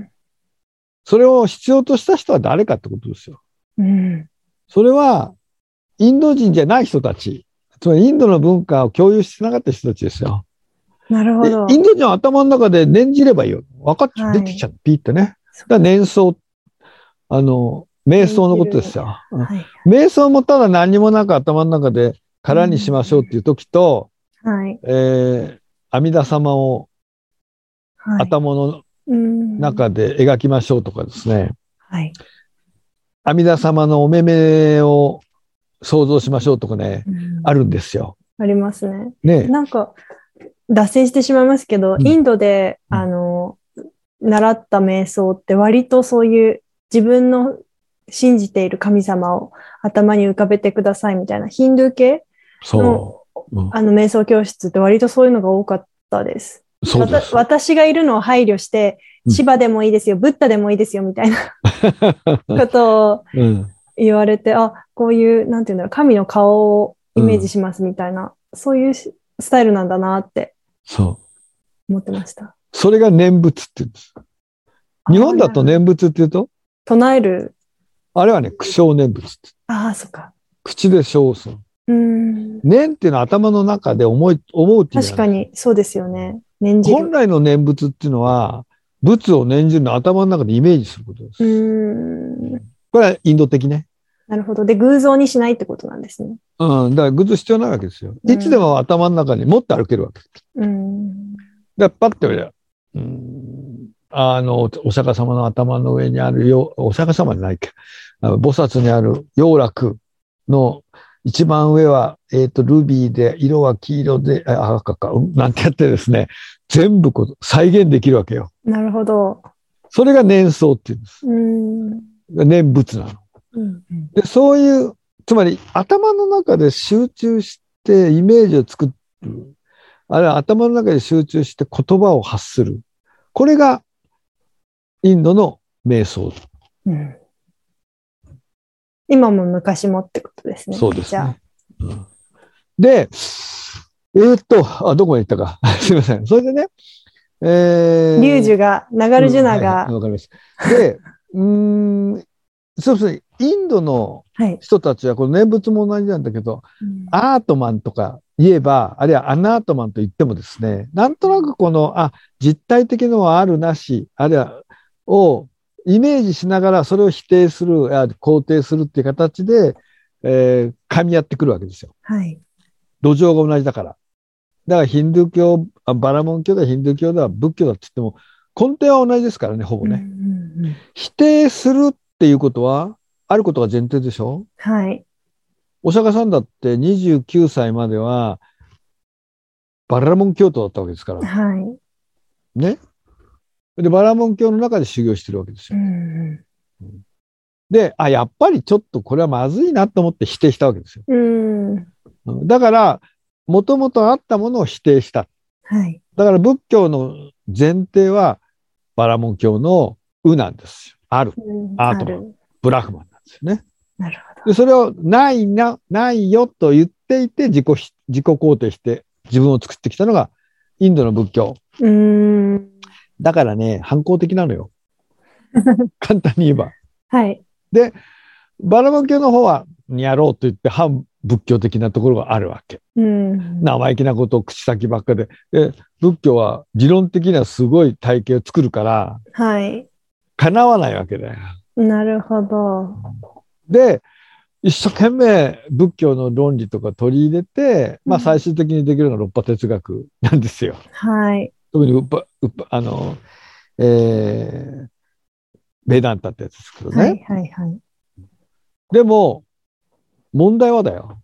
それを必要とした人は誰かってことですよ。うん、それは、インド人じゃない人たち。つまり、インドの文化を共有してなかった人たちですよ。 なるほど。 インド人は頭の中で念じればいいよ。分かっちゃう、はい、出てきちゃう、ピーってね。だから念想、あの、瞑想のことですよ。はい、瞑想もただ何もなく頭の中で空にしましょうっていう時と、はい、えー、阿弥陀様を頭の中で描きましょうとかですね。はい、阿弥陀様のお目目を想像しましょうとかね、あるんですよ。 ありますね。ね。なんか、脱線してしまいますけど、うん、インドで、あの、習った瞑想って割とそういう自分の信じている神様を頭に浮かべてくださいみたいなヒンドゥー系の、うん、あの瞑想教室って割とそういうのが多かったです。 そうです。 私がいるのを配慮して、シバでもいいですよ、ブッダでもいいですよ、みたいなことを言われて、うん、あ、こういう、なんていうんだろう、神の顔をイメージしますみたいな、うん、そういうスタイルなんだなって思ってました。 それが念仏って言うんです。日本だと念仏って言うと唱える。 あれはね、苦笑念仏って。 ああ、そっか。 口で称す。うん。念っていうのは頭の中で思い、思うっていう。 確かに、そうですよね。念じる。 本来の念仏っていうのは、仏を念じるのを頭の中でイメージすることです。うん。これはインド的ね。 なるほど。で、偶像にしないってことなんですね。 うん。だから偶像必要ないわけですよ。いつでも頭の中に持って歩けるわけです。うん。だからパッて、うん、あの、お釈迦様の頭の上にあるよ、お釈迦様じゃないっけ、菩薩にある陽楽の一番上は、えっと、ルビーで、色は黄色で、あ、赤か、なんてやってですね、全部こう再現できるわけよ。 なるほど。 それが念想っていうんです。うん。念仏なの。うんうん、で、そういう、つまり頭の中で集中してイメージを作る。あるいは頭の中で集中して言葉を発する。これがインドの瞑想。うん、 今も昔もってことですね。 そうですね。うん、で、えー、っと、あ、どこに行ったか。すいません。それでね、 えー、リュウジュが、ナガルジュナが。 わ、うん、はい、かります。で、うーん、そうですね。インドの人たちは、この念仏も同じなんだけど、はい、アートマンとか言えば、あるいはアナートマンと言ってもですね、なんとなくこの、あ、実体的のはあるなし、あるいは、をイメージしながらそれを否定する、肯定するっていう形で、えー、噛み合ってくるわけですよ。はい。土壌が同じだから。だからヒンドゥー教、バラモン教だ、ヒンドゥー教だ、仏教だって言っても、根底は同じですからね、ほぼね。うんうんうん、否定するっていうことは、あることが前提でしょ。はい。お釈迦さんだってにじゅうきゅうさいまでは、バラモン教徒だったわけですから。はい。ね。で、バラモン教の中で修行してるわけですよ。うんうん、で、あ、やっぱりちょっとこれはまずいなと思って否定したわけですよ。うん、だから、もともとあったものを否定した。はい。だから仏教の前提は、バラモン教のうなんですよ。ある。うん、アートマン。ブラフマンなんですよね。なるほど。で、それをないな、ないよと言っていて、自己、自己肯定して自分を作ってきたのが、インドの仏教。うーん。だからね、反抗的なのよ。簡単に言えば。はい。で、バラモン教の方は、やろうと言って反仏教的なところがあるわけ。うん、生意気なことを口先ばっかで。で、仏教は理論的にはすごい体系を作るから、はい。叶わないわけだよ。なるほど。で、一生懸命仏教の論理とか取り入れて、まあ最終的にできるのが六波哲学なんですよ。はい。特にウッパ、ウッパ、あの、えー、ベダンタってやつですけどね。はいはいはい。でも、問題はだよ。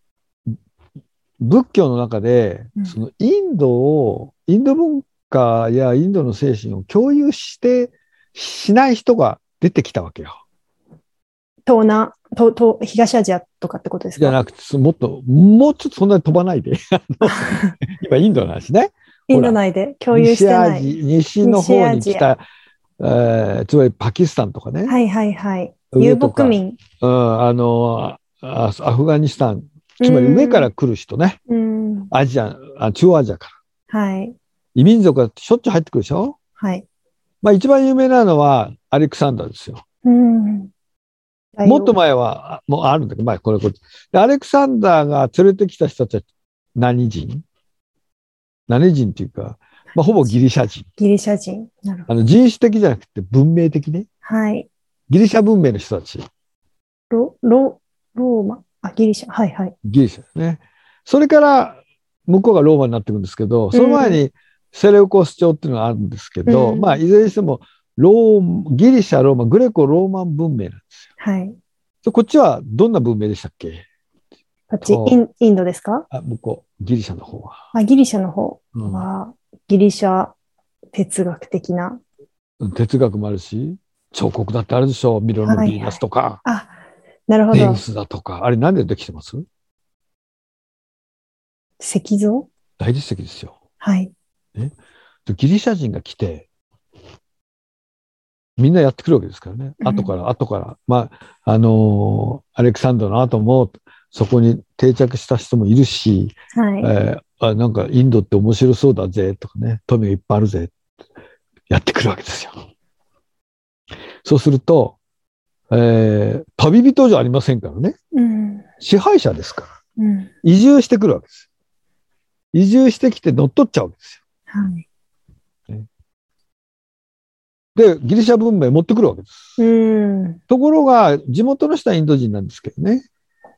仏教の中で、そのインドを、インド文化やインドの精神を共有して、しない人が出てきたわけよ。東南、東、東、東アジアとかってことですか？じゃなくて、もっと、もうちょっとそんなに飛ばないで。今、インドの話ね。インド内で共有してない。西、西の方に来た、えー、つまりパキスタンとかね。はいはいはい。遊牧民。うん、あの、アフガニスタン。つまり上から来る人ね。うん、アジア、中央アジアから。はい。異民族がしょっちゅう入ってくるでしょ？はい。まあ一番有名なのはアレクサンダーですよ。うん。もっと前は、もうあるんだけど、前これこれ。アレクサンダーが連れてきた人たちは何人？何人っていうか、まあほぼギリシャ人。ギリシャ人。なるほど。あの人種的じゃなくて文明的ね。はい。ギリシャ文明の人たち。ロ、ロ、ローマ。あ、ギリシャ。はいはい。ギリシャですね。それから、向こうがローマになっていくんですけど、その前にセレウコス朝っていうのがあるんですけど、うん、まあ、いずれにしても、ロー、ギリシャ、ローマ、グレコ、ローマン文明なんですよ。はい。こっちはどんな文明でしたっけ？こっち、イン、インドですか？あ、向こう、ギリシャの方は。あ、ギリシャの方は、うん、ギリシャ哲学的な。哲学もあるし、彫刻だってあるでしょ。ミロのヴィーナスとか。はいはい、あ、なるほど。ゼウスだとか。あれ何でできてます？石像？大理石ですよ。はい。 ね、ギリシャ人が来て、みんなやってくるわけですからね。後から、後から。まあ、あのー、アレクサンドルの後も、そこに定着した人もいるし、 はい、 えー、あ、なんかインドって面白そうだぜ、とかね、富がいっぱいあるぜ、やってくるわけですよ。そうすると、えー、旅人じゃありませんからね。 うん、 支配者ですから、 うん。 移住してくるわけです。移住してきて乗っ取っちゃうわけですよ。はい。 で、ギリシャ文明持ってくるわけです。 うん、ところが、地元の人はインド人なんですけどね。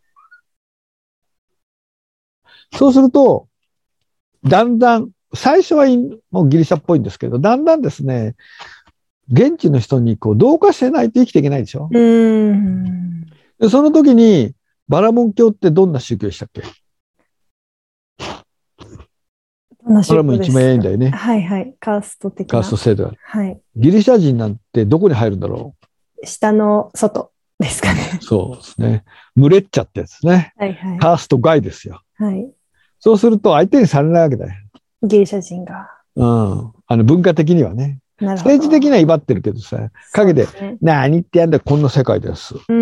そうすると、だんだん、最初はもうギリシャっぽいんですけど、だんだんですね、現地の人にこう同化してないと生きていけないでしょ。 うんでその時に、バラモン教ってどんな宗教でしたっけ？バラモン一番いいんだよね。 はいはい。カースト的な。 カースト制度が。 はい。 ギリシャ人なんてどこに入るんだろう？下の外ですかね。 そうですね。群れっちゃってですね。 はいはい。 カースト外ですよ。 はい。 そうすると相手にされないわけだよ。 ギリシャ人が。 うん。あの文化的にはね。政治的には威張ってるけどさ、陰で、ね、何言ってやんだこんな世界です。うん。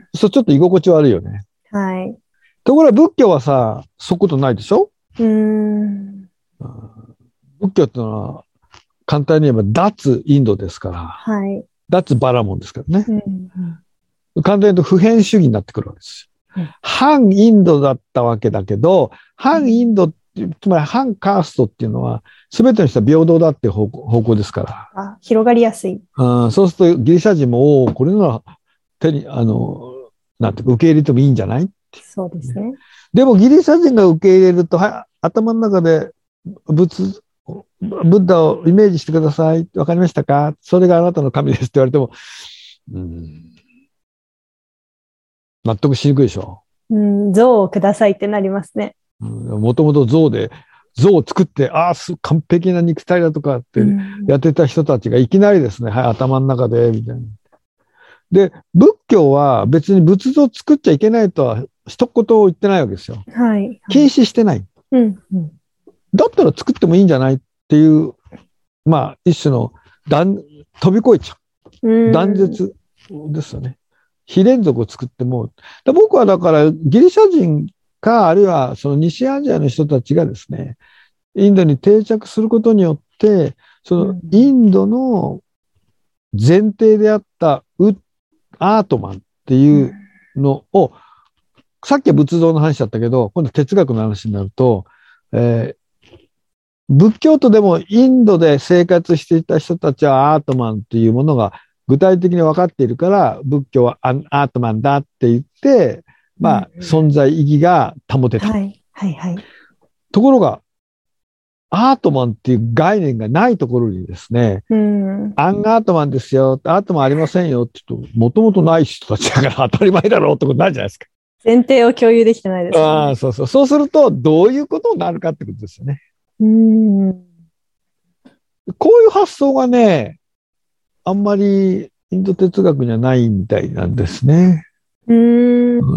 そう、ちょっと居心地悪いよね。 はい。 ところが仏教はさ、そういうことないでしょ？ うん。 仏教ってのは、簡単に言えば脱インドですから。 はい。 脱バラモンですからね。うんうん、 簡単に言うと普遍主義になってくるわけですよ。うん、反インドだったわけだけど、反インドって、つまり反カーストっていうのは、すべての人は平等だっていう方向、方向ですから。 あ、広がりやすい。 うん、そうするとギリシャ人も、おこれなら手に、あの、なんていうか、受け入れてもいいんじゃない？ そうですね。 でもギリシャ人が受け入れると、は頭の中で仏、ブッダをイメージしてください。わかりましたか？それがあなたの神ですって言われても、うん、納得しにくいでしょ。 うん、像をくださいってなりますね。 もともと像で、像を作って、ああ、完璧な肉体だとかってやってた人たちがいきなりですね、うん、はい、頭の中で、みたいな。で、仏教は別に仏像を作っちゃいけないとは一言言ってないわけですよ。 はい。 禁止してない。 うんうん、 だったら作ってもいいんじゃないっていう、まあ、一種の断飛び越えちゃう。うん、断絶ですよね。非連続を作っても。僕はだからギリシャ人か、あるいはその西アジアの人たちがですね、インドに定着することによって、そのインドの前提であったウアートマンっていうのを、さっきは仏像の話だったけど、今度哲学の話になると、えー、仏教徒でもインドで生活していた人たちはアートマンっていうものが具体的に分かっているから、仏教はアートマンだって言って、まあ、存在意義が保てた。 はいはいはい、 ところが、アートマンっていう概念がないところにですね、うん、アンアートマンですよ、アートマンありませんよって言うと、もともとない人たちだから当たり前だろうってことになるじゃないですか。 前提を共有できてないですね。 ああ、そうそう。そうすると、どういうことになるかってことですよね。うん、こういう発想がね、あんまりインド哲学にはないみたいなんですね。うん、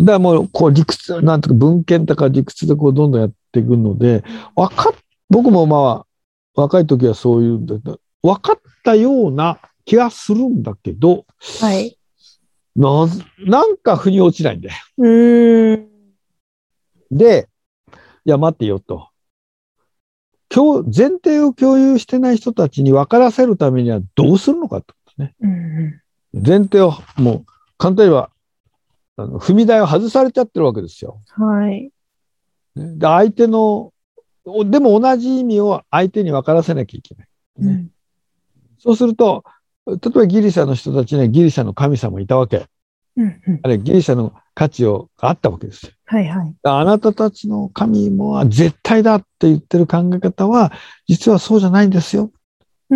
だからもう、こう理屈、なんとか文献とか理屈でこうどんどんやっていくので、分かっ、僕もまあ、若い時はそういうんだけど、分かったような気がするんだけど、 はい。 な、なんか腑に落ちないんだよ。 うーん。 で、いや、待ってよと。今日、前提を共有してない人たちに分からせるためにはどうするのかってことね。うんうん、前提を、もう、簡単には、あの踏み台を外されちゃってるわけですよ。 はい。 で、相手の、でも同じ意味を相手に分からせなきゃいけない。ね、うん、そうすると、例えばギリシャの人たちにはギリシャの神様いたわけ。うんうん、あれギリシャの価値をがあったわけですよ。 はいはい。 あなたたちの神も絶対だって言ってる考え方は、実はそうじゃないんですよ。うん、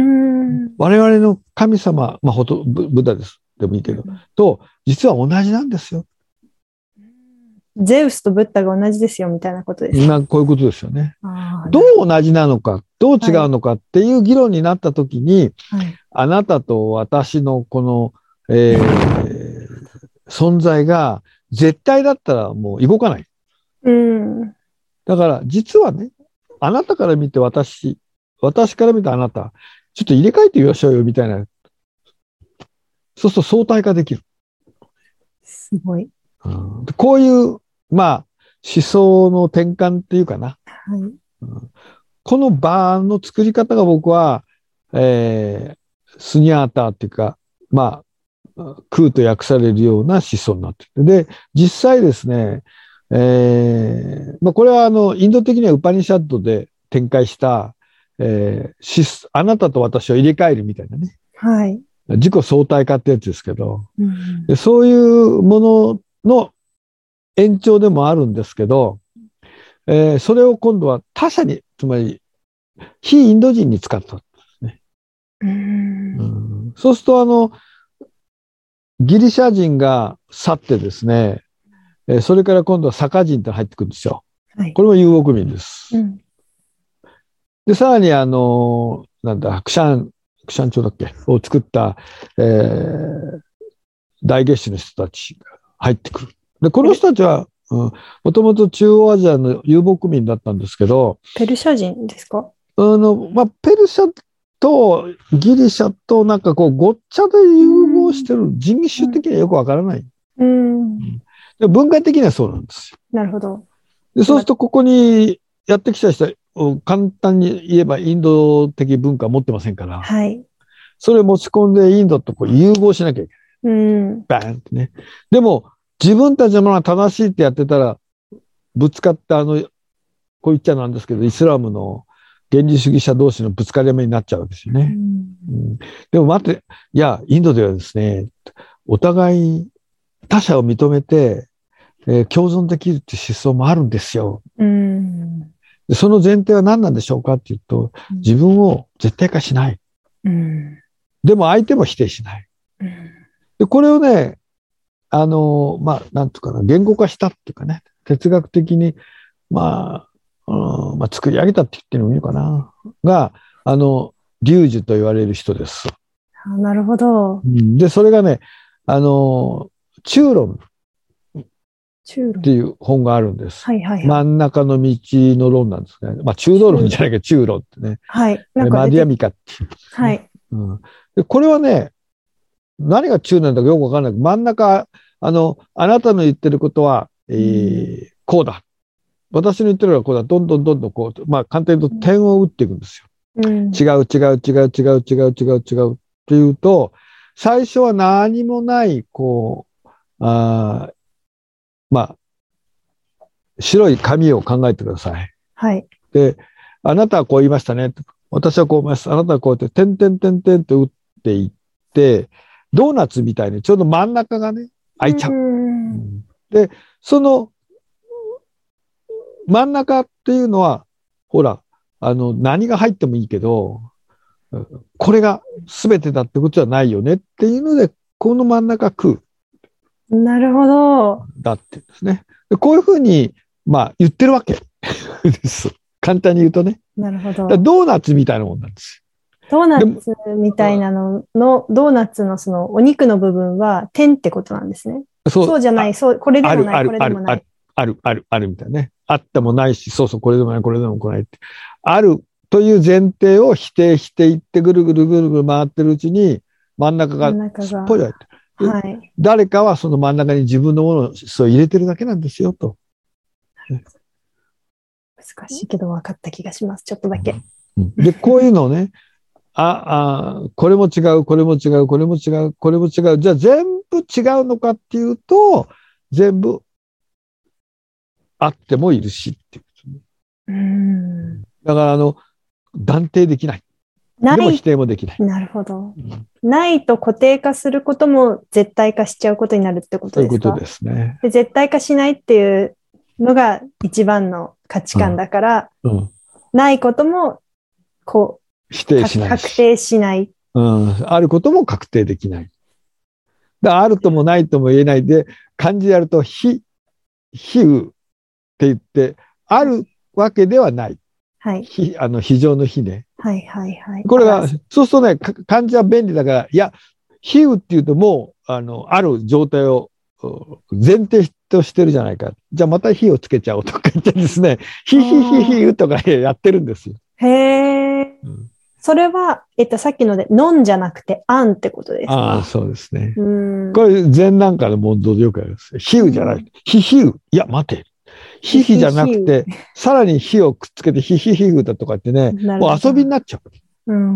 我々の神様、まあ、ほとブッダですでもいいけど、うん、と、実は同じなんですよ。 ゼウスとブッダが同じですよみたいなことですか。 こういうことですよね。どう同じなのか、どう違うのかっていう議論になったときに、はい、あなたと私のこの、えー、存在が絶対だったらもう動かない。うん、だから実はね、あなたから見て私私から見たあなた、ちょっと入れ替えてみましょうよ、みたいな。そうすると相対化できる。 すごい。 うん、こういう、まあ、思想の転換っていうかな。 はい。うん、 この場の作り方が僕は、えー、スニャーターっていうか、まあ、空と訳されるような思想になってる。で、実際ですね、えー、まあ、これはあの、インド的にはウパニシャッドで展開した、えー、あなたと私を入れ替えるみたいなね。 はい。 自己相対化ってやつですけど、 うん、 でそういうものの延長でもあるんですけど、えー、それを今度は他者に、つまり非インド人に使ったんですね。 うん、 うん、そうするとあの、ギリシャ人が去ってですね、えー、それから今度はサカ人って入ってくるんですよ。はい、これも遊牧民です。うん、で、さらにあの、なんだ、クシャン、クシャン朝だっけを作った、えー、大月氏の人たちが入ってくる。で、この人たちは、もともと中央アジアの遊牧民だったんですけど。 ペルシャ人ですか？ あの、まあ、ペルシャとギリシャとなんかこうごっちゃで融合してる、人種的にはよくわからない。うん、で文化的にはそうなんですよ。 なるほど。 で、そうするとここにやってきた人は簡単に言えばインド的文化を持ってませんから。はい。それを持ち込んでインドとこう融合しなきゃいけない。うん。バーンってね。でも、自分たちのものが正しいってやってたら、ぶつかってあの、こう言っちゃなんですけど、イスラムの原理主義者同士のぶつかり目になっちゃうんですよね。うんうん、でも待って、いや、インドではですね、お互い他者を認めて、えー、共存できるっていう思想もあるんですよ。うん、でその前提は何なんでしょうかっていうと、自分を絶対化しない。うん、でも相手も否定しない。うん、でこれをね、あの、まあ、なんとかな、言語化したっていうかね、哲学的に、まあ、うん、まあ、作り上げたって言ってもいいのかな。が、あの、龍樹と言われる人です。 あ、なるほど。 で、それがね、あの、中論っていう本があるんです。はいはいはい、真ん中の道の論なんですね。まあ、中道論じゃないけど、中論ってね。はい。マディアミカっていう、ね。はい、うん。で、これはね、何が中なんだかよくわからない。真ん中、あの、あなたの言ってることは、えーうん、こうだ。私の言ってるのはこうだ。どんどんどんどんこう、まあ、簡単に言うと点を打っていくんですよ。うん、違う違う違う違う違う違う違うっていうと、最初は何もない、こう、あまあ、白い紙を考えてください。はい。で、あなたはこう言いましたね。私はこう言います。あなたはこうやって、点々点々と打っていって、ドーナツみたいにちょうど真ん中がね、開いちゃう。うん、で、その真ん中っていうのは、ほら、あの、何が入ってもいいけど、これが全てだってことはないよねっていうので、この真ん中空。 なるほど。 だってですね。でこういうふうに、まあ、言ってるわけです。簡単に言うとね。 なるほど。 ドーナツみたいなもんなんですよ。 ドーナツみたいなのの、ドーナツのそのお肉の部分は点ってことなんですね。そう、そうじゃない、そう、これでもない、これでもない。 ある、ある、あるみたいなね。あってもないし、そうそう、これでもない、これでも来ないって。あるという前提を否定していって、ぐるぐるぐるぐる回ってるうちに、真ん中がすっぽり入ってる。はい、誰かはその真ん中に自分のものをそう入れてるだけなんですよ、と。 難しいけど分かった気がします。ちょっとだけ。 で、こういうのをね、あ、あ、これも違う、これも違う、これも違う、これも違う。じゃあ全部違うのかっていうと、全部あってもいるしっていう、ね。うん。だから、あの、断定できない。ない。でも否定もできない。 なるほど。うん、ないと固定化することも絶対化しちゃうことになるってことですか？ そういうことですね。 で絶対化しないっていうのが一番の価値観だから、うんうん、ないことも、こう、 否定しない。 確定しない。 うん。あることも確定できない。だあるともないとも言えないで、漢字でやると、非、非うって言って、あるわけではない。はい。非、あの、非常の非ね。 はいはいはい。 これが、そうするとね、漢字は便利だから、いや、非うって言うともう、あの、ある状態を前提としてるじゃないか。じゃあまた非をつけちゃおうとか言ってですね、ひひひひうとかやってるんですよ。 へー。 それは、えっと、さっきので、のんじゃなくて、あんってことですか？ ああ、そうですね。 うん。 これ、禅なんかの問答でよくあります。ひうじゃない。ひひう。いや、待て。ひひじゃなくて、さらにひをくっつけて、ひひひうだとかってね、もう遊びになっちゃう。うん、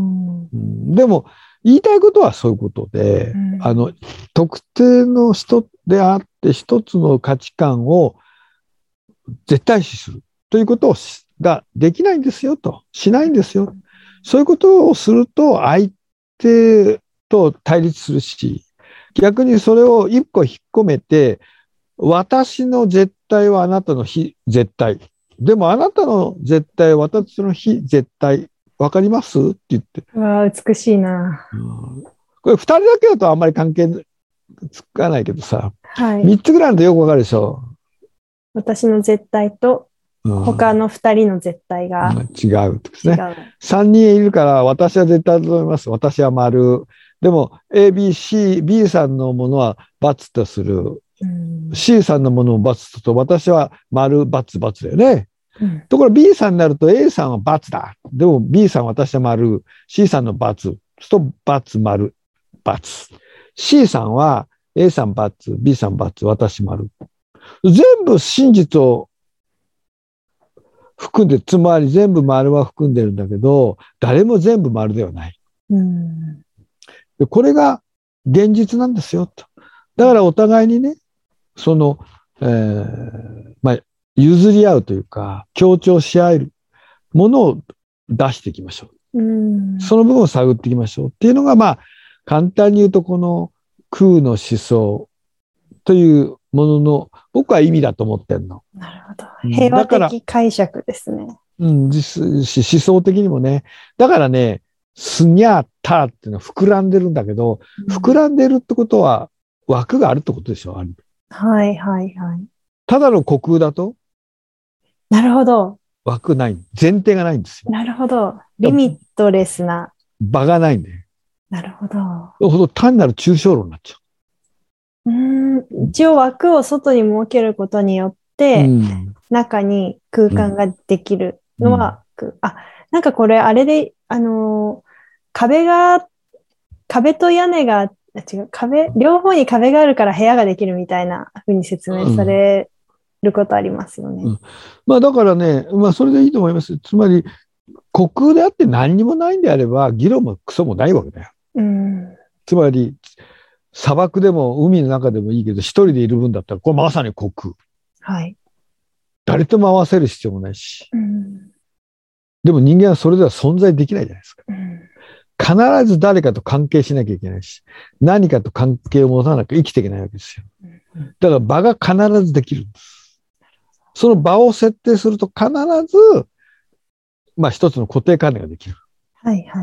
うん、でも、言いたいことはそういうことで、うん、あの、特定の人であって、一つの価値観を絶対視するということをができないんですよと、しないんですよ。そういうことをすると、相手と対立するし、逆にそれを一個引っ込めて、私の絶対はあなたの非絶対。でもあなたの絶対は私の非絶対。わかりますって言って。 わあ、美しいな。 うん、これ二人だけだとあんまり関係つかないけどさ。 はい。 三つぐらいのとよくわかるでしょ。 私の絶対と、他の二人の絶対が、うん、 違うですね。三人いるから私は絶対だと思います。私は丸。でも A、B、C、B さんのものは×とする。うん、C さんのものを×と私は丸、×、×だよね。うん、ところ B さんになると A さんは×だ。でも B さんは私は丸、C さんの×、と×、丸、×。C さんは A さん×、B さん×、私丸。全部真実を含んで、つまり全部丸は含んでるんだけど、誰も全部丸ではない。うん、でこれが現実なんですよと。だからお互いにね、その、えー、まあ、譲り合うというか、強調し合えるものを出していきましょう。うん、その部分を探っていきましょうっていうのが、まあ、簡単に言うと、この空の思想というものの、僕は意味だと思ってるの。 なるほど。平和的解釈ですね。 うん、実思想的にもね。だからね、すにゃーたっていうのは膨らんでるんだけど、うん、膨らんでるってことは枠があるってことでしょ、ある。 はいはいはい。 ただの虚空だとなるほど。 枠ない。前提がないんですよ。 なるほど。リミットレスな。 場がないんで。 なるほど。 ほど単なる抽象論になっちゃう。うん。一応枠を外に設けることによって、うん、中に空間ができるのは、うん、あ、なんかこれあれで、あのー、壁が、壁と屋根が、違う、壁、両方に壁があるから部屋ができるみたいな風に説明されることありますよね。 うんうん、まあだからね、まあそれでいいと思います。つまり、虚空であって何にもないんであれば、議論もクソもないわけだよ。うん、つまり、砂漠でも海の中でもいいけど、一人でいる分だったら、これまさに虚空。はい。誰とも合わせる必要もないし。うん、でも人間はそれでは存在できないじゃないですか。うん、必ず誰かと関係しなきゃいけないし、何かと関係を持たなきゃ生きていけないわけですよ。だから場が必ずできるんです。その場を設定すると必ず、まあ一つの固定観念ができる。 はいはい。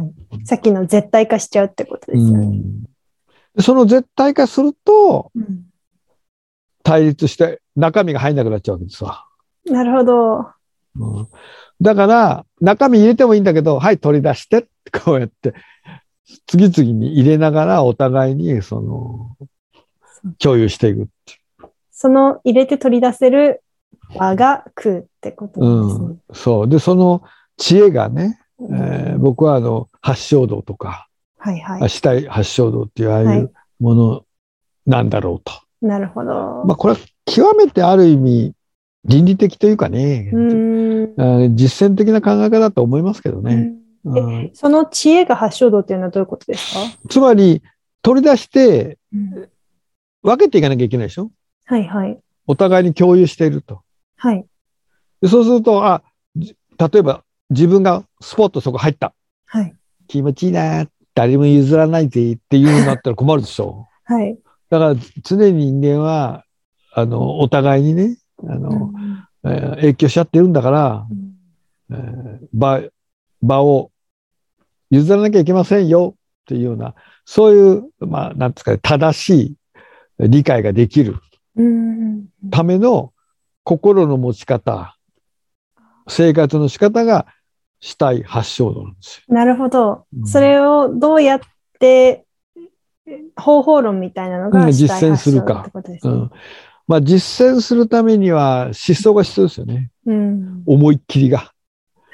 さっきの絶対化しちゃうってことですよね。 うん、その絶対化すると、うん、対立して中身が入んなくなっちゃうわけですわ。 なるほど。 うん、だから中身入れてもいいんだけど、はい取り出してってこうやって次々に入れながらお互いにその共有していくっていう。 その入れて取り出せる場が空ってことなんですね。うん、 そうでその知恵がね、えー、僕はあの八正道とか、はいはい、死体八正道っていうああいうものなんだろうと。はい、 なるほど。 まあこれは極めてある意味倫理的というかね、うん実践的な考え方だと思いますけどね。 えその知恵が八正道っていうのはどういうことですか？ つまり取り出して分けていかなきゃいけないでしょ。 はいはい。 お互いに共有していると。はい。でそうするとあ例えば自分がスポッとそこ入った。はい。気持ちいいな、誰も譲らないぜっていう風になったら困るでしょ。はい。だから常に人間はあのお互いにねあの、うんえー、影響し合ってるんだから、うんえー、場場を譲らなきゃいけませんよっていうようなそういうまあなんですかね正しい理解ができるための心の持ち方、生活の仕方が死体八正道なんですよ。 なるほど。うん、それをどうやって方法論みたいなのが死体八正道ってことですね。うん、実践するか。うんまあ、実践するためには思想が必要ですよね。うん、思いっきりが。はい。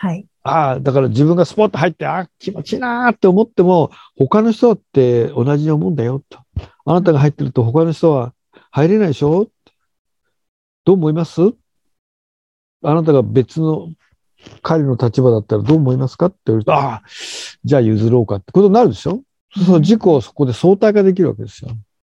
ああ、だから自分がスポッと入って、ああ、気持ちいいなーって思っても、他の人って同じに思うんだよと。あなたが入ってると他の人は入れないでしょ？どう思います？あなたが別の彼の立場だったらどう思いますかって言われると、ああ、じゃあ譲ろうかってことになるでしょ？その自己をそこで相対化できるわけですよ。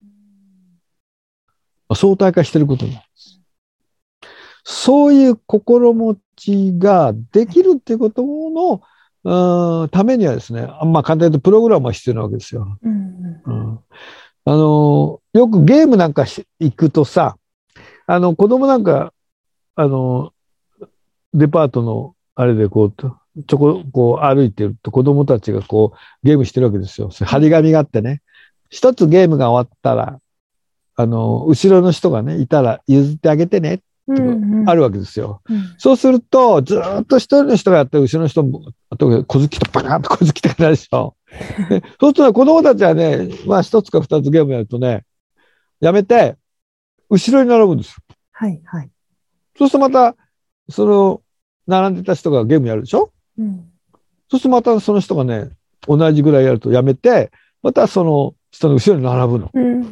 相対化してることになるんです。そういう心持ちができるっていうことの、うん、ためにはですね、まあ簡単に言うとプログラムは必要なわけですよ。うんうん、あのよくゲームなんかし行くとさ、あの子供なんかあのデパートのあれでこうちょここう歩いてると子供たちがこうゲームしてるわけですよ。張り紙があってね、一つゲームが終わったらあの後ろの人がねいたら譲ってあげてね。あるわけですよ。うんうん、そうすると、ずっと一人の人がやって、後ろの人も、あと、小突きとバカーンと小突きとかなるでしょ。でそうすると、子供たちはね、まあ一つか二つゲームやるとね、やめて、後ろに並ぶんですよ。 はいはい。 そうするとまた、その、並んでた人がゲームやるでしょ。うん、そうするとまたその人がね、同じぐらいやるとやめて、またその人の後ろに並ぶの。うんうん、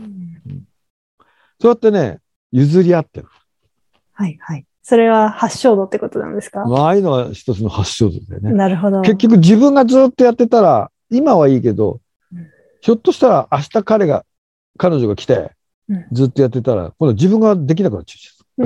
そうやってね、譲り合ってる。 はいはい。それは発祥度ってことなんですか？ ああいうのは一つの発祥度でね。 なるほど。 結局自分がずっとやってたら、今はいいけど、うん、ひょっとしたら明日彼が、彼女が来て、ずっとやってたら、今度自分ができなくなっちゃう。うん、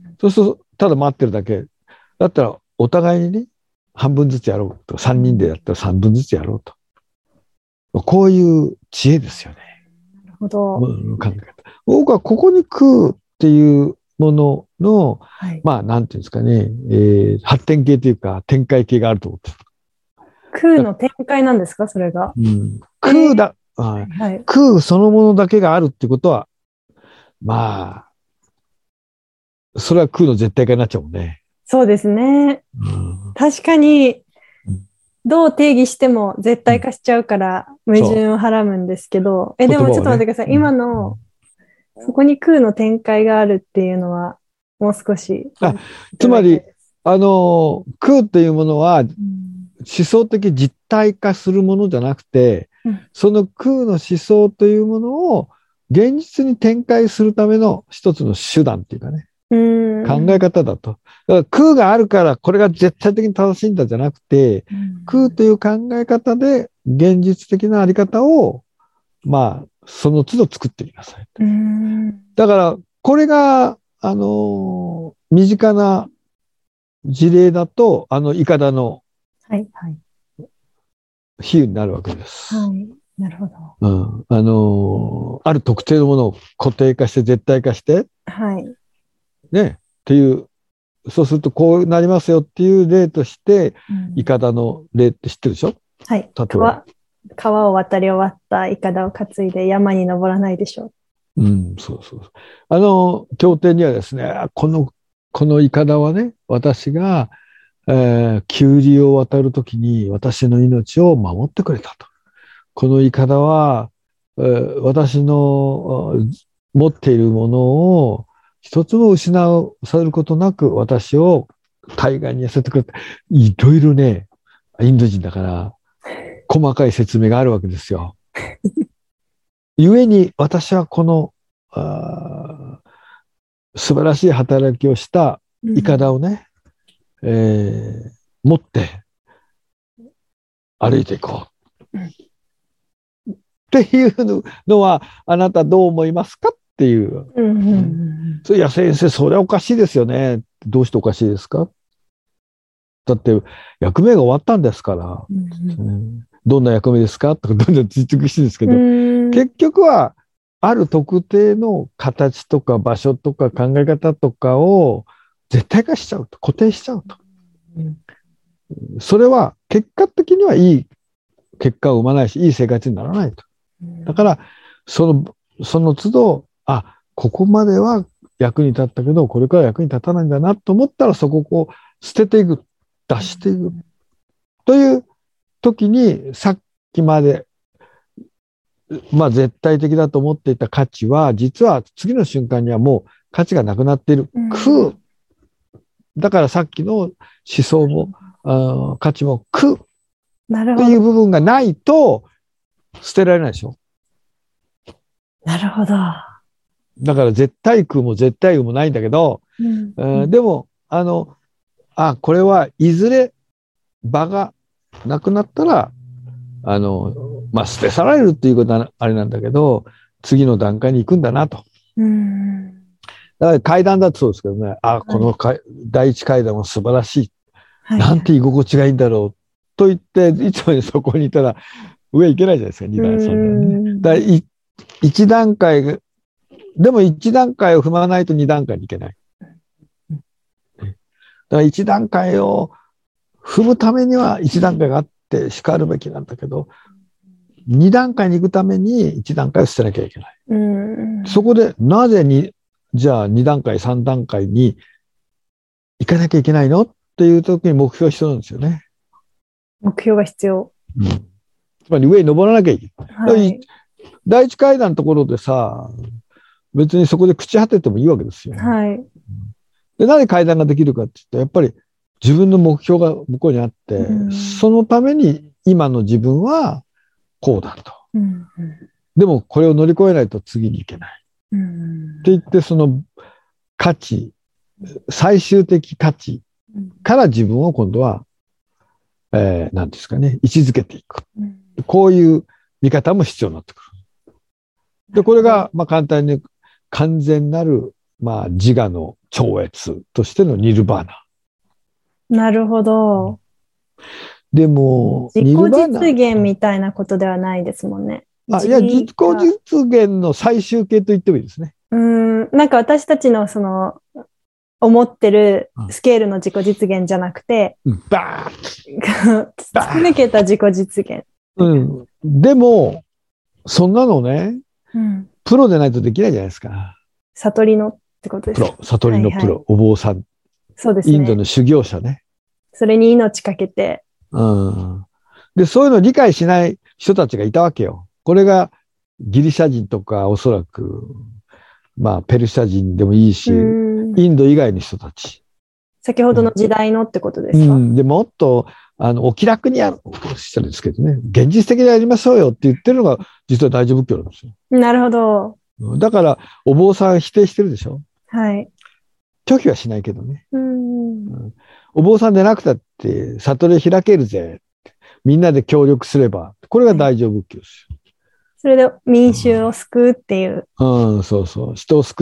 そうすると、ただ待ってるだけ。だったら、お互いにね、半分ずつやろうと。さんにんでやったらさんぶんずつやろうと。こういう知恵ですよね。 なるほど。 考え方。僕はここに食うっていうものの、はい、まあ、なんていうんですかね、えー、発展系というか、展開系があると思って空の展開なんですか、それが。うん、 空だ、えーはい、空そのものだけがあるってことは、まあ、それは空の絶対化になっちゃうもんね。 そうですね。うん、確かに、どう定義しても絶対化しちゃうから矛盾をはらむんですけど、うん、え、でもちょっと待ってください。ね、今の、そこに空の展開があるっていうのは、もう少し。 あ、つまり、あの、空っていうものは、思想的実体化するものじゃなくて、うん、その空の思想というものを現実に展開するための一つの手段っていうかね、うん考え方だと。だから空があるからこれが絶対的に正しいんだじゃなくて、うん、空という考え方で現実的なあり方を、まあ、その都度作ってみなさいと。うん、だから、これが、あのー、身近な事例だと、あの、イカダの、はいはい。比喩になるわけです。 はい。なるほど。 うん。あのー、ある特定のものを固定化して絶対化して、はい。ね、っていう、そうするとこうなりますよっていう例として、うん、イカダの例って知ってるでしょ？ はい。例えば。川を渡り終わったイカダを担いで山に登らないでしょう。うん、そうそう。あの、経典にはですね、この、このイカダはね、私が、えー、急流を渡るときに私の命を守ってくれたと。このイカダは、えー、私の持っているものを一つも失うされることなく私を対岸に寄せてくれた。いろいろね、インド人だから細かい説明があるわけですよ。故に私はこのあ素晴らしい働きをしたイカダをね、うんえー、持って歩いていこう。うんっていうのは、あなたどう思いますかっていう。うんうんうん、いや、先生、それはおかしいですよね。どうしておかしいですか？だって、役目が終わったんですから。うんうん、どんな役目ですかとか、どんどん追求してるんですけど、結局は、ある特定の形とか場所とか考え方とかを絶対化しちゃうと、固定しちゃうと。うん、それは結果的にはいい結果を生まないし、いい生活にならないと。だから、その、その都度、あ、ここまでは役に立ったけど、これから役に立たないんだなと思ったら、そこをこう捨てていく、出していく。という時に、さっきまで、まあ絶対的だと思っていた価値は、実は次の瞬間にはもう価値がなくなっている。空。だからさっきの思想も、 あ価値も苦ってなるほど。 いう部分がないと捨てられないでしょ。 なるほど。 だから絶対苦も絶対有もないんだけど、 うんえーでも、あの、あ、これはいずれ場がなくなったら、あの、まあ、捨て去られるっていうことはあれなんだけど、次の段階に行くんだなと。 うんだから階段だとそうですけどね、あ、このか、はい、第一階段は素晴らしい。 はい、 なんて居心地がいいんだろう。と言って、いつもにそこにいたら上行けないじゃないですか、二段、三段ね。だから一段階、でも一段階を踏まないと二段階に行けない。だから一段階を踏むためには一段階があってしかるべきなんだけど、二段階に行くために一段階を捨てなきゃいけない。 うんそこでなぜに、じゃあ二段階、三段階に行かなきゃいけないのっていう時に目標が必要なんですよね。 目標が必要。 うん、つまり上に登らなきゃいけない。はい、第一階段のところでさ、別にそこで朽ち果ててもいいわけですよ。 はい。 で、なぜ階段ができるかって言ったら、やっぱり自分の目標が向こうにあって、うん、そのために今の自分はこうだと。うんうん、でもこれを乗り越えないと次に行けない。うん、って言って、その価値、最終的価値から自分を今度は、えー、何ですかね、位置づけていく。うん、こういう見方も必要になってくる。で、これが、まあ簡単に完全なる、まあ自我の超越としてのニルバーナ。 なるほど。 でも、 自己実現みたいなことではないですもんね。 あ、いや、自己実現の最終形と言ってもいいですね。 うん、なんか私たちのその、思ってるスケールの自己実現じゃなくて、 うん、バーッ突き抜けた自己実現。 うん。でも、そんなのね、うん、プロでないとできないじゃないですか。 悟りのってことですか。 プロ、悟りのプロ、はいはい、お坊さん。 そうですね。 インドの修行者ね。 それに命かけて。 うん。で、そういうのを理解しない人たちがいたわけよ。これがギリシャ人とかおそらく、まあペルシャ人でもいいし、インド以外の人たち。 先ほどの時代のってことですか？ うん。で、もっと、あの、お気楽にやる、おっしゃるんですけどね。現実的にやりましょうよって言ってるのが、実は大乗仏教なんですよ。 なるほど。 だから、お坊さん否定してるでしょ？ はい。 拒否はしないけどね。 うん、 うん、お坊さんでなくたって、悟り開けるぜ。みんなで協力すれば。これが大乗仏教ですよ。 それで民衆を救うっていう。 うん、うん、そうそう。人を救って、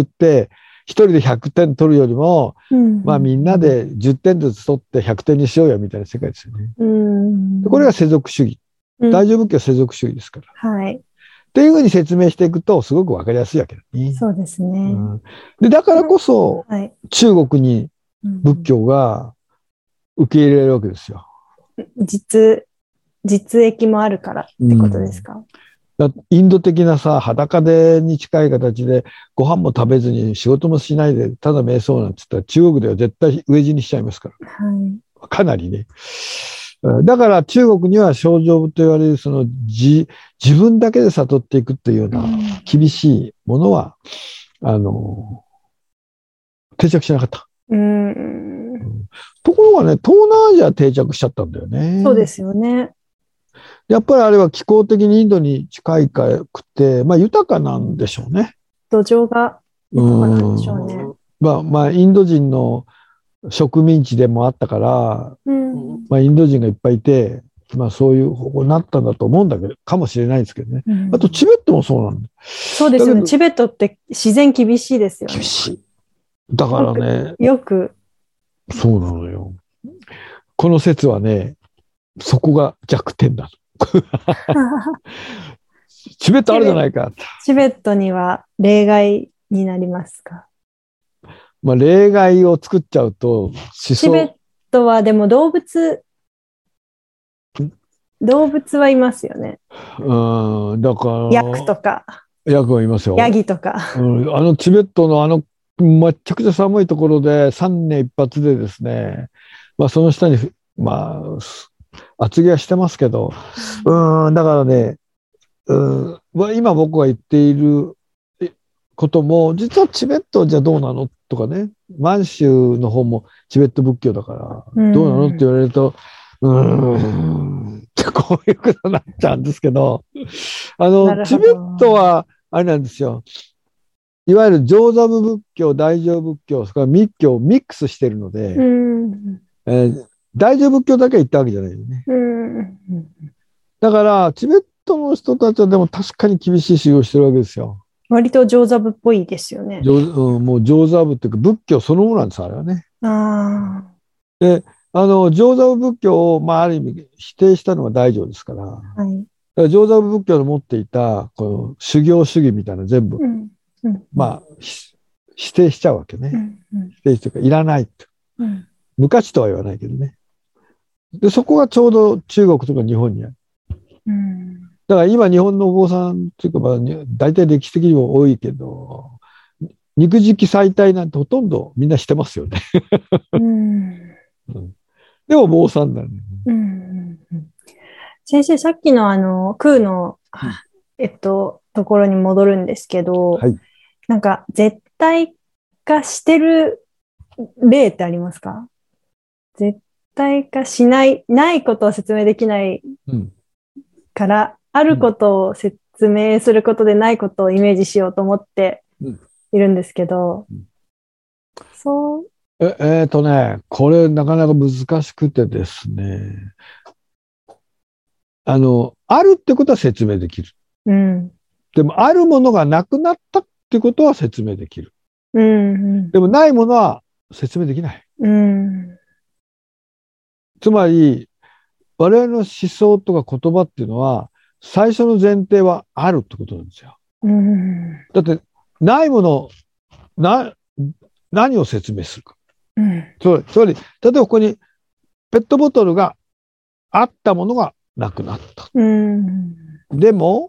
一人でひゃくてん取るよりも、うん、まあみんなでじゅってんずつ取ってひゃくてんにしようよみたいな世界ですよね。うん、これが世俗主義。大乗仏教は世俗主義ですから。 うん、はい。 っていうふうに説明していくと、すごくわかりやすいわけだね。 そうですね。 うん、で、だからこそ、はい、中国に仏教が受け入れられるわけですよ。 実、実益もあるからってことですか？ うん、インド的なさ、裸でに近い形で、ご飯も食べずに仕事もしないで、ただ瞑想なんて言ったら中国では絶対飢え死にしちゃいますから。はい、かなりね。だから中国には正常部と言われるその自、自分だけで悟っていくっていうような厳しいものは、あの、定着しなかった。うんうん、ところがね、東南アジアは定着しちゃったんだよね。 そうですよね。 やっぱりあれは気候的にインドに近いくて、まあ豊かなんでしょうね。 土壌が豊かなんでしょうね。 うんまあ、まあ、インド人の植民地でもあったから、うんまあ、インド人がいっぱいいて、まあそういう方向になったんだと思うんだけど、かもしれないですけどね。うん、あとチベットもそうなんだ。 そうですよね。チベットって自然厳しいですよね。 厳しい。だからね。 よく。 そうなのよ。この説はね、そこが弱点だ。チベットあるじゃないか。 チベットには例外になりますか？ まあ、例外を作っちゃうと、 チベットはでも動物、動物はいますよね。 うん、だから。 ヤクとか。 ヤクはいますよ。 ヤギとか。 うん、あのチベットのあの、めちゃくちゃ寒いところでさんねん一発でですね、まあその下に、まあ、厚着はしてますけど、うん、だからね、うん、今僕が言っていることも、実はチベットじゃどうなのっとかね、満州の方もチベット仏教だから、どうなのって言われると、うーん、ってこういうことになっちゃうんですけど、あの、チベットは、あれなんですよ。いわゆる上座部仏教、大乗仏教、それから密教をミックスしてるので、えー、大乗仏教だけは行ったわけじゃないよね。だから、チベットの人たちはでも確かに厳しい修行してるわけですよ。 割と上座部っぽいですよね。 上、うん、もう上座部っていうか仏教そのものなんです、あれはね。 あで、あの、上座部仏教を、まあ、ある意味否定したのが大乗ですから、はい、だから上座部仏教の持っていた、この修行主義みたいな全部、うんうん、まあ、否定しちゃうわけね。うんうん、否定していうか、いらないと、うん。無価値とは言わないけどね。で、そこがちょうど中国とか日本にある。うん、だから今日本のお坊さんっていうか、まあ、大体歴史的にも多いけど、肉食祭体なんてほとんどみんなしてますよね。うんうん、でも坊さんだね。うんうん、先生、さっきのあの、空の、えっと、ところに戻るんですけど、はい、なんか絶対化してる例ってありますか？絶対化しない、ないことを説明できないから、うん、あることを説明することでないことをイメージしようと思っているんですけど、うんうん、そう。 え、えーとね、これなかなか難しくてですね、あの、あるってことは説明できる。うん、でも、あるものがなくなったってことは説明できる。うんうん、でも、ないものは説明できない。うん、つまり、我々の思想とか言葉っていうのは、最初の前提はあるってことなんですよ。うん、だって、ないもの、な、何を説明するか。うん、つまり、つまり、例えばここにペットボトルがあったものがなくなった。うん、でも、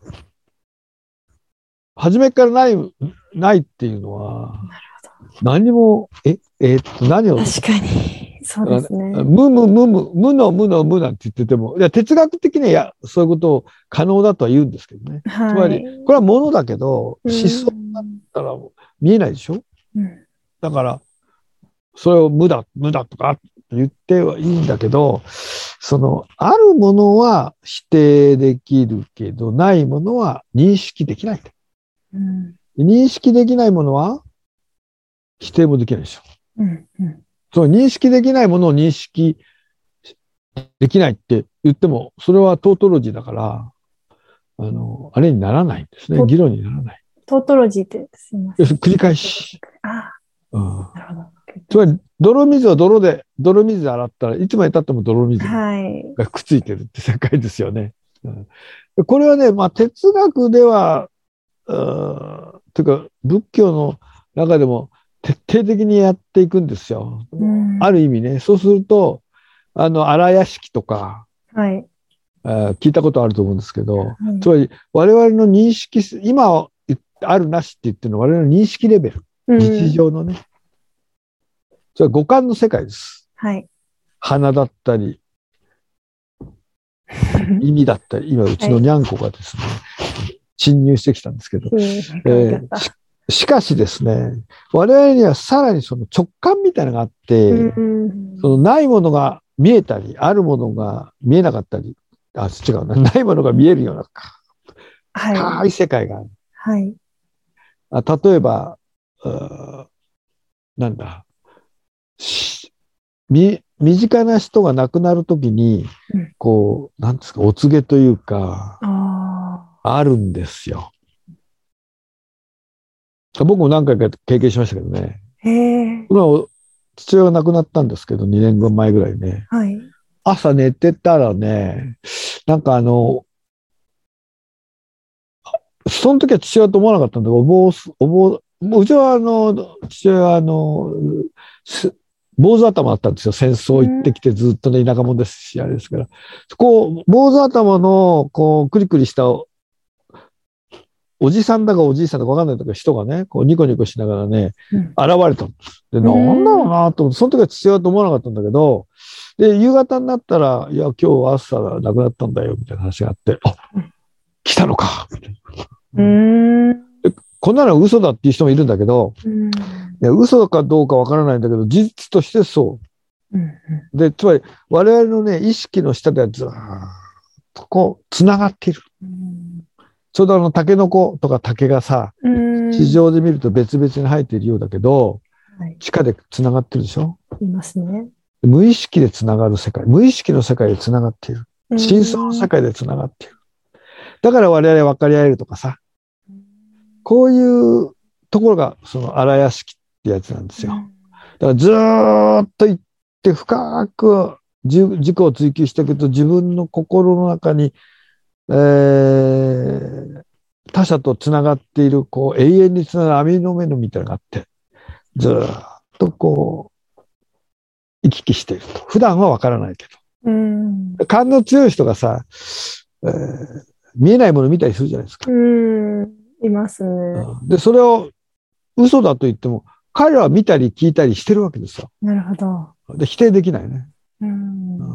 初めからない、ないっていうのは、何も、え、えー、っと、何を。 確かに。そうですね。 無無無無、無の無の無なんて言ってても、いや、哲学的には、いや、そういうことを可能だとは言うんですけどね。はい、つまり、これはものだけど、思想だったら見えないでしょ、うん、だから、それを無だ、無だとか言ってはいいんだけど、その、あるものは否定できるけど、ないものは認識できない。うん、認識できないものは否定もできないでしょ。うんうん、その認識できないものを認識できないって言っても、それはトートロジーだから、あの、あれにならないんですね。議論にならない。 トートロジーってすみません。 繰り返し。ああ、うん。なるほど。つまり、泥水は泥で、泥水で洗ったらいつまで経っても泥水がくっついてるって世界ですよね。はい、うん、これはね、まあ、哲学では、というか、仏教の中でも徹底的にやっていくんですよ。うん、ある意味ね。そうすると、あの、荒屋敷とか、はい、聞いたことあると思うんですけど、はい、つまり、我々の認識、今あるなしって言ってるのは我々の認識レベル。うん、日常のね。それは五感の世界です。はい、鼻だったり、耳だったり、今うちのにゃんこがですね、はい、侵入してきたんですけど、うん、えー、し, しかしですね、我々にはさらにその直感みたいなのがあって、うん、そのないものが見えたり、あるものが見えなかったり、あ、違うな、ないものが見えるような深い世界がある。はい、あ、例えば、なんだ、み、身近な人が亡くなるときに、うん、こう、なんですか、お告げというか、あ, あるんですよ。僕も何回か経験しましたけどね。へ今父親が亡くなったんですけど、にねんまえぐらいね。はい、朝寝てたらね、なんかあの、その時は父親と思わなかったんだけど、お坊、お坊、うちはあの、父親はあの、坊主頭だったんですよ。戦争行ってきてずっとね、田舎者ですし、あれですから。こう、坊主頭の、こう、クリクリしたおじさんだかおじいさんだか分かんないんだけど、人がね、こうニコニコしながらね、うん、現れたんです。で、なんだろうなと思って、その時は父親と思わなかったんだけど、で、夕方になったら、いや、今日朝亡くなったんだよ、みたいな話があって、あ、来たのか、みたいな。うんこんなの嘘だっていう人もいるんだけど、 うん、いや嘘かどうかわからないんだけど、事実としてそう。うんうん、で、つまり我々のね、意識の下ではずーっとこう、つながっている。うん、ちょうどあの、タケノコとか竹がさ、うん、地上で見ると別々に生えているようだけど、はい、地下でつながってるでしょ？ いますね。 無意識でつながる世界、無意識の世界でつながっている。真相の世界でつながっている。だから我々分かり合えるとかさ、こういうところがその荒屋敷ってやつなんですよ。だからずーっと行って深く自己を追求していくと、自分の心の中に、えー、他者とつながっているこう永遠につながる網の目のみたいなのがあって、ずーっとこう行き来していると。普段は分からないけど。うん、感の強い人がさ、えー、見えないものを見たりするじゃないですか。 うん、いますね。 で、それを嘘だと言っても、彼らは見たり聞いたりしてるわけですよ。 なるほど。 で、否定できないね。うんうん、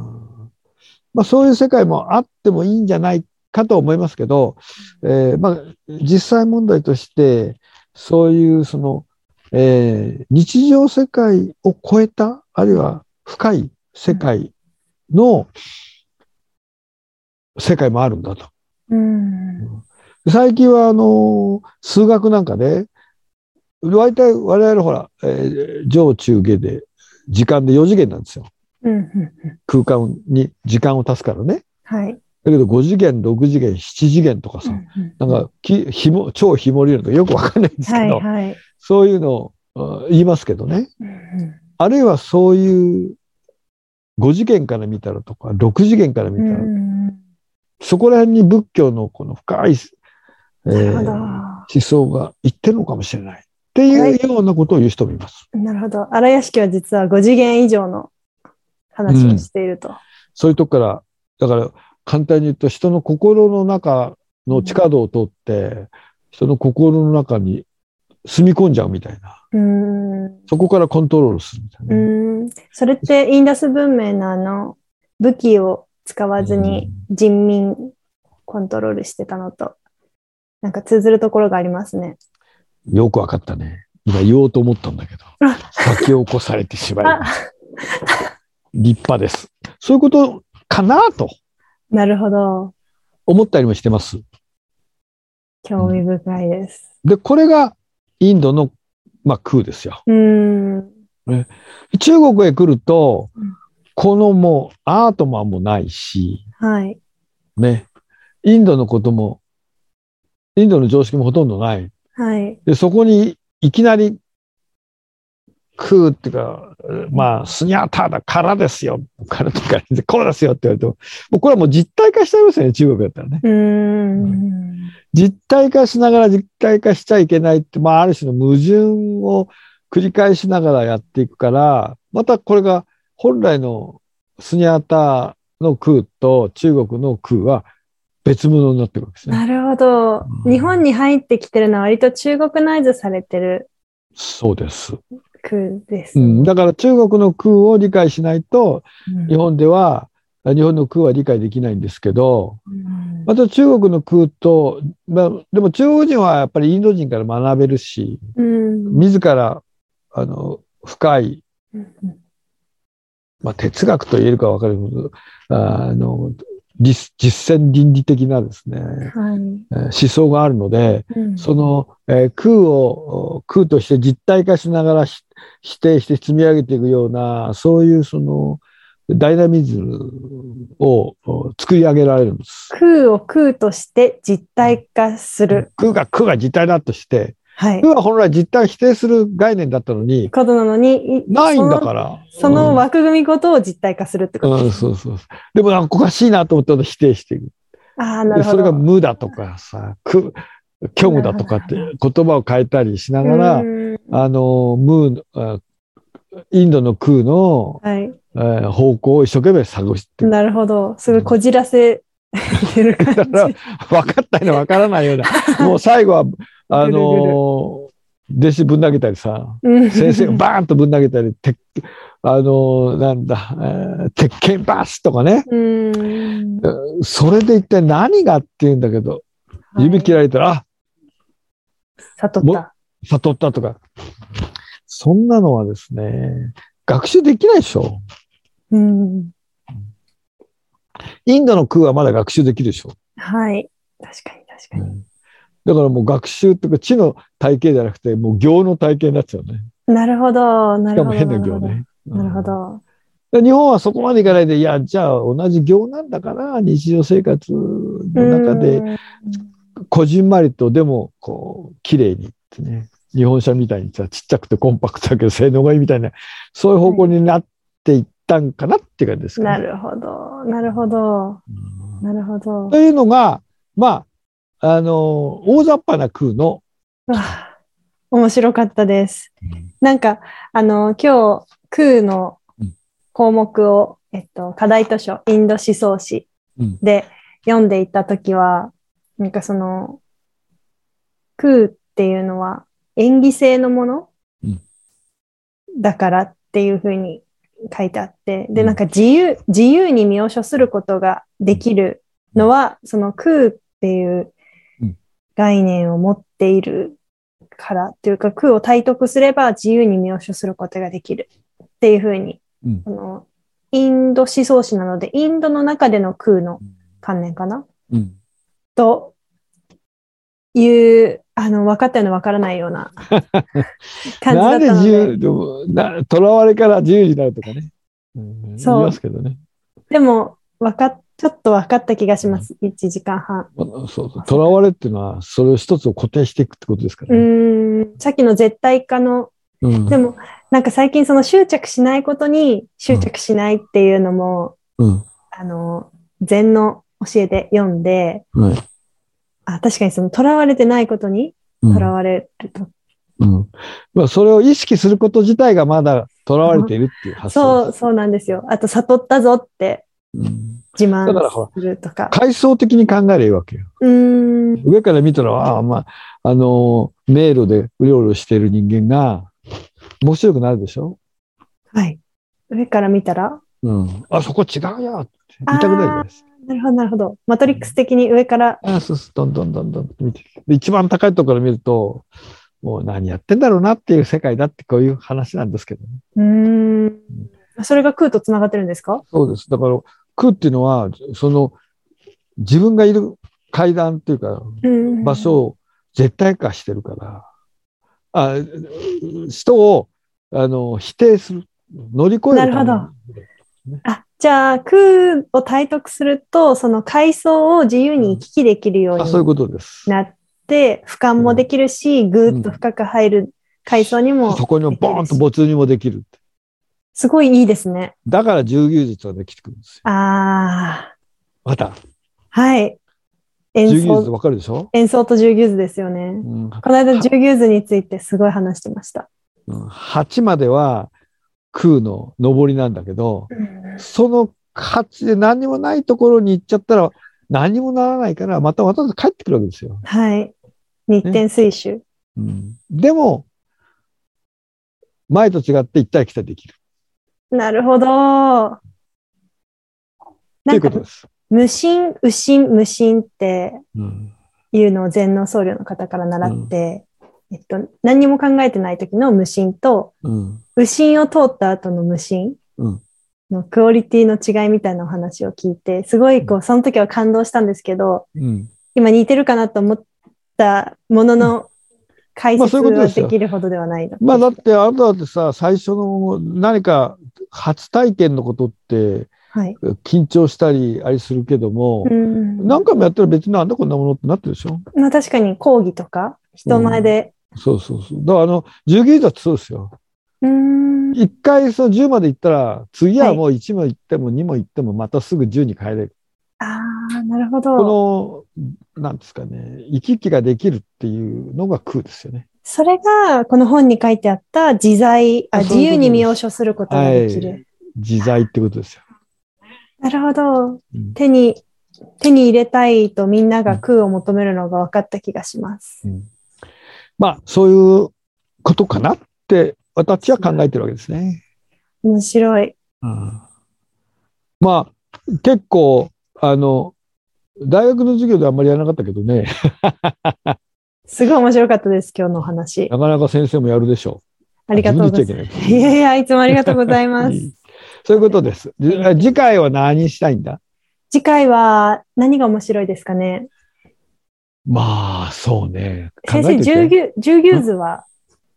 まあ、そういう世界もあってもいいんじゃないかと思いますけど、えー、まあ、実際問題として、そういうその、えー、日常世界を超えた、あるいは深い世界の世界もあるんだと。うん、最近はあの数学なんかで、大体我々ほら、えー、上中下で時間でよ次元なんですよ。うんうんうん、空間に時間を足すからね。はい。だけどご次元、ろく次元、なな次元とかさ、うんうんうん、なんかきひも超ひも理論とかよくわかんないんですけど、はいはい、そういうのを言いますけどね。うんうん、あるいはそういうご次元から見たらとか、ろく次元から見たら、うんうん、そこら辺に仏教のこの深い、えー、思想が言ってるのかもしれないっていうようなことを言う人もいます。 なるほど。荒屋敷は実はご次元以上の話をしていると。うん、 そういうとこから、だから簡単に言うと人の心の中の地下道を通って、うん、人の心の中に住み込んじゃうみたいな。うん、そこからコントロールするみたいな。 うん、それってインダス文明のあの武器を使わずに人民コントロールしてたのと、なんか通ずるところがありますね。 よくわかったね。今言おうと思ったんだけど、先を起こされてしまいました。立派です。そういうことかなと。 なるほど。 思ったりもしてます。 興味深いです。 うん、で、これがインドの、まあ、空ですよ。うん、ね、中国へ来ると、うん、このもうアートマンもないし、はい。ね。インドのことも、インドの常識もほとんどない。はい。で、そこにいきなり空っていうか、まあ、スニャーターだからですよ。からとか、こうですよって言われても、もうこれはもう実体化しちゃいますよね、中国だったらね。うーん、実体化しながら実体化しちゃいけないって、まあ、ある種の矛盾を繰り返しながらやっていくから、またこれが本来のスニャーターの空と中国の空は別物になってるわけですね。 なるほど。うん、日本に入ってきてるのは割と中国ナイズされてる。 そうです。 空です、ね、 うん。だから中国の空を理解しないと、うん、日本では、日本の空は理解できないんですけど、うん、また中国の空と、まあ、でも中国人はやっぱりインド人から学べるし、うん、自ら、あの、深い、まあ、哲学と言えるか分かるけど、あの、実践倫理的なですね、はい、思想があるので、うん、その、えー、空を空として実体化しながら否定して積み上げていくような、そういうそのダイナミズムを作り上げられるんです。 空を空として実体化する。 空が空が実体だとして、はい、空は本来実体を否定する概念だったのに、 ことなのに、 ないんだから。 その、その枠組みごとを実体化するってことです、 ね。うん、そうそう。でもなんかおかしいなと思ったら否定していく。 ああ、なるほど。 それが無だとかさ、空、虚無だとかって言葉を変えたりしながら、あの、無、インドの空の、はいえー、方向を一生懸命探してなるほど。すごいこじらせてる感じ。だから分かったり分からないような。もう最後は、あのー、ぐるぐる弟子ぶん投げたりさ、先生がバーンとぶん投げたり、てあのー、なんだ、えー、鉄拳バスとかね。うんそれで一体何がって言うんだけど、指切られたら、はい、あ悟った。 悟ったとか。そんなのはですね、学習できないでしょ。 うん。 インドの空はまだ学習できるでしょ。 はい。確かに確かに。うん、 だからもう学習っていうか知の体系じゃなくて、もう行の体系になっちゃうね。 なるほど。なるほど。 しかも変な行ね。 なるほど。 日本はそこまでいかないで、いや、じゃあ同じ行なんだから、日常生活の中で、こじんまりと、でも、こう、綺麗にってね、日本車みたいにさ、ちっちゃくてコンパクトだけど性能がいいみたいな、そういう方向になっていったんかなっていう感じですかね。 なるほど、なるほど。なるほど。 というのが、まあ、あの、大雑把な空の。 わあ、面白かったです。うん、なんか、あの、今日、空の項目を、えっと、課題図書、インド思想史で読んでいたときは、うん、なんかその、空っていうのは演技性のもの、うん、だからっていうふうに書いてあって、で、なんか自由、自由に身を処することができるのは、その空っていう概念を持っているからっていうか、空を体得すれば自由に身を処することができるっていうふうに、うん、あのインド思想史なので、インドの中での空の観念かな、うん、という、あの、分かったような分からないような感じだったので。 なんで自由、な、囚われから自由になるとかね。うん、そう。言いますけどね。 でも、分かっ、ちょっと分かった気がします。うん、いちじかんはん。 そうそう。囚われっていうのは、それを一つを固定していくってことですからね。 うん。さっきの絶対化の、うん、でも、なんか最近その執着しないことに執着しないっていうのも、うん、あの、禅の教えで読んで、うん、あ、確かにその囚われてないことに囚われると。 うんうん、まあ、それを意識すること自体がまだ囚われているっていう発想です。 そう、そうなんですよ。あと、悟ったぞって自慢するとか。 だから階層的に考えればいいわけよ。うん上から見たら、ああ、まあ、あのー、迷路でうろうろしている人間が面白くなるでしょ。 はい。上から見たら、 うん、あそこ違うよって言いたくなるじゃないですか。 なるほど、なるほど。マトリックス的に上から。 あそうそう、どんどんどんどん見てで一番高いところから見ると、もう何やってんだろうなっていう世界だってこういう話なんですけどね。 うん。それが空とつながってるんですか？ そうです。だから空っていうのは、その自分がいる階段っていうか、場所を絶対化してるから、あ人をあの否定する、乗り越えるために。 なるほど。あ、じゃあ空を体得すると、その階層を自由に行き来できるようになって、俯瞰もできるし、ぐーっと深く入る階層にも、うん、 そこにもボーンと没入もできる。 すごいいいですね。 だから十牛術ができてくるんですよ。 ああ。 また。 はい。 演奏。十牛術わかるでしょ？ 演奏と十牛図ですよね。うん、この間十牛図についてすごい話してました。 はちまでは空の上りなんだけど、うん、そのはちで何もないところに行っちゃったら何もならないから、またわざわざ帰ってくるわけですよ。 はい。日天水舟。ね、 うん。でも、前と違って行ったり来たりできる。 なるほど。なんか、無心、無心、無心っていうのを禅の僧侶の方から習って、うん、えっと、何にも考えてない時の無心と、うん、無心を通った後の無心のクオリティの違いみたいなお話を聞いて、すごいこう、その時は感動したんですけど、うん、今似てるかなと思ったものの、解説はできるほどではないの。 まあ、だって、あなただってさ、最初の何か初体験のことって、はい、緊張したりありするけども、うん、何回もやったら別になんだこんなものってなってるでしょ。 まあ確かに講義とか人前で、 うん、そうそうそう。だからあのじゅう技術だってそうですよ。一回そのじゅうまで行ったら次はもういちも行ってもにも行ってもまたすぐじゅうに帰れる。 ああ、なるほど。 このなんですかね、行き来ができるっていうのが空ですよね。 それがこの本に書いてあった自在、あ、自由に身を処することができる。はい、 自在ってことですよ。 なるほど、うん。手に、手に入れたいとみんなが空を求めるのが分かった気がします。うん、 まあ、そういうことかなって私は考えてるわけですね。 面白い。 うん、まあ、結構、あの、大学の授業であんまりやらなかったけどね。 すごい面白かったです、今日のお話。 なかなか先生もやるでしょう。 ありがとうございます。いやいや、いつもありがとうございます。 そういうことです。次回は何したいんだ？ 次回は何が面白いですかね。 まあ、そうね。 先生、ジューギュ、ジューギューズは？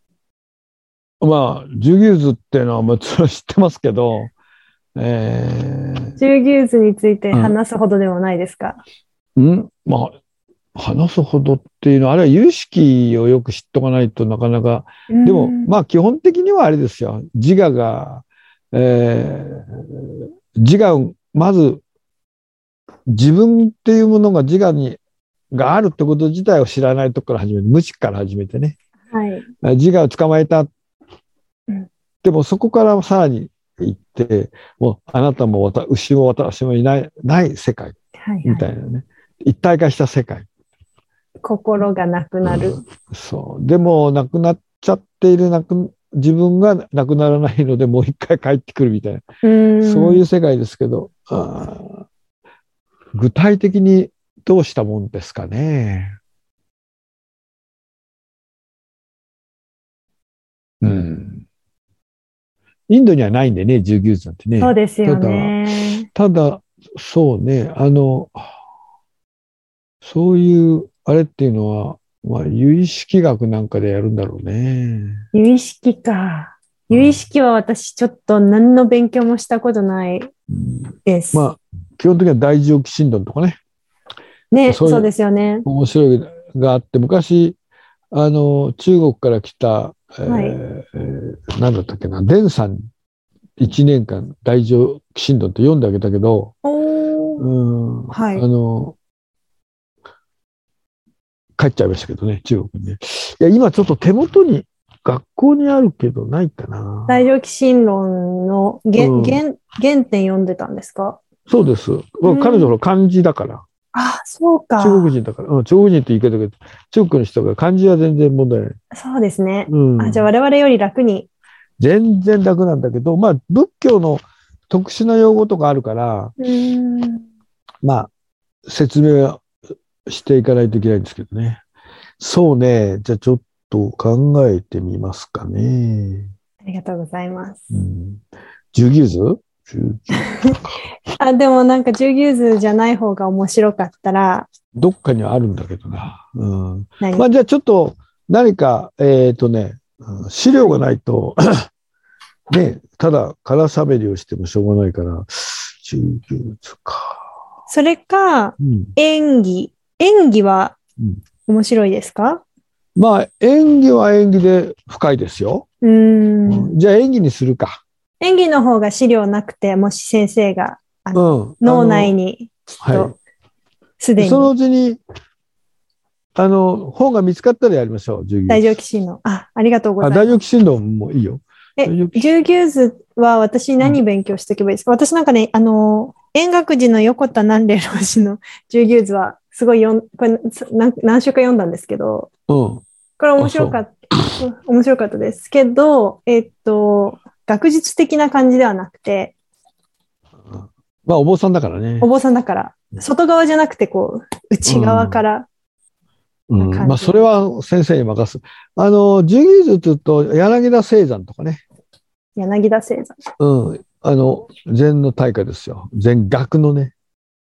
まあ、ジューギューズっていうのはもちろん知ってますけど、えー、 ジューギューズについて話すほどでもないですか？ うん、んまあ、話すほどっていうのは、あれは有識をよく知っとかないとなかなか、でも、まあ、基本的にはあれですよ。自我が、えー、自我、まず、自分っていうものが自我に、があるってこと自体を知らないところから始めて、無知から始めてね。 はい。 自我を捕まえた。 うん、 でもそこからさらに行って、もうあなたも牛も私もいない、ない世界。みたいなね、はいはい。一体化した世界。 心がなくなる、うん。 そう。でも、なくなっちゃっているなく、自分がなくならないので、もう一回帰ってくるみたいな。うんそういう世界ですけど、あ具体的にどうしたもんですかね。うん。インドにはないんでね、ジューギューズなんてね。 そうですよね。 ただ、ただ、そうね、あの、そういう、あれっていうのは、まあ、有意識学なんかでやるんだろうね。 有意識か。有意識は私ちょっと何の勉強もしたことないです。 うん、まあ、基本的には大乗気振動とかね。 ね、そうそうですよね。 面白いがあって、昔、あの、中国から来た、えーはい、なんだったっけな、伝さんいちねんかん大乗気振動って読んであげたけど、うんはい、あの、帰っちゃいましたけどね、中国にね。いや、今ちょっと手元に、学校にあるけどないかな。 大乗気振論の原、うん、原、原点読んでたんですか？ そうです。彼女の漢字だから。 あ、そうか。 中国人だから。うん、中国人って言い方だけど、中国の人が漢字は全然問題ない。 そうですね。うん、あ、じゃあ我々より楽に。 全然楽なんだけど、まあ、仏教の特殊な用語とかあるから、うんまあ、説明はしていかないといけないんですけどね。そうね。じゃあちょっと考えてみますかね。 ありがとうございます。 うん、ジューギューズあ、でもなんかジューギューズじゃない方が面白かったら。 どっかにはあるんだけどな。うん、まあじゃあちょっと何か、えっとね、資料がないと、ね、ただ空喋りをしてもしょうがないから、ジューギューズか。 それか、うん、演技。演技は面白いですか？ うん、まあ演技は演技で深いですよ。うん、じゃあ演技にするか。 演技の方が資料なくて、もし先生があの、うん、脳内にきっとすでに、 そのうちにあの本が見つかったらやりましょう。 大乗気振動。あ、ありがとうございます。 大乗気振動もいいよ。 え、ジューギューズは私何勉強しておけばいいですか？うん、私なんかね、あの、円覚寺の横田南霊老師のジューギューズはすごいよん、これ何、何週か読んだんですけど、うん、これ面白かった、面白かったですけど、えっと、学術的な感じではなくて、 まあ、お坊さんだからね。 お坊さんだから、外側じゃなくて、こう、内側から、 うんうん、まあ、それは先生に任す。あの、ジューギューズというと、柳田青山とかね。 柳田青山。 うん。あの、禅の大家ですよ。禅学のね。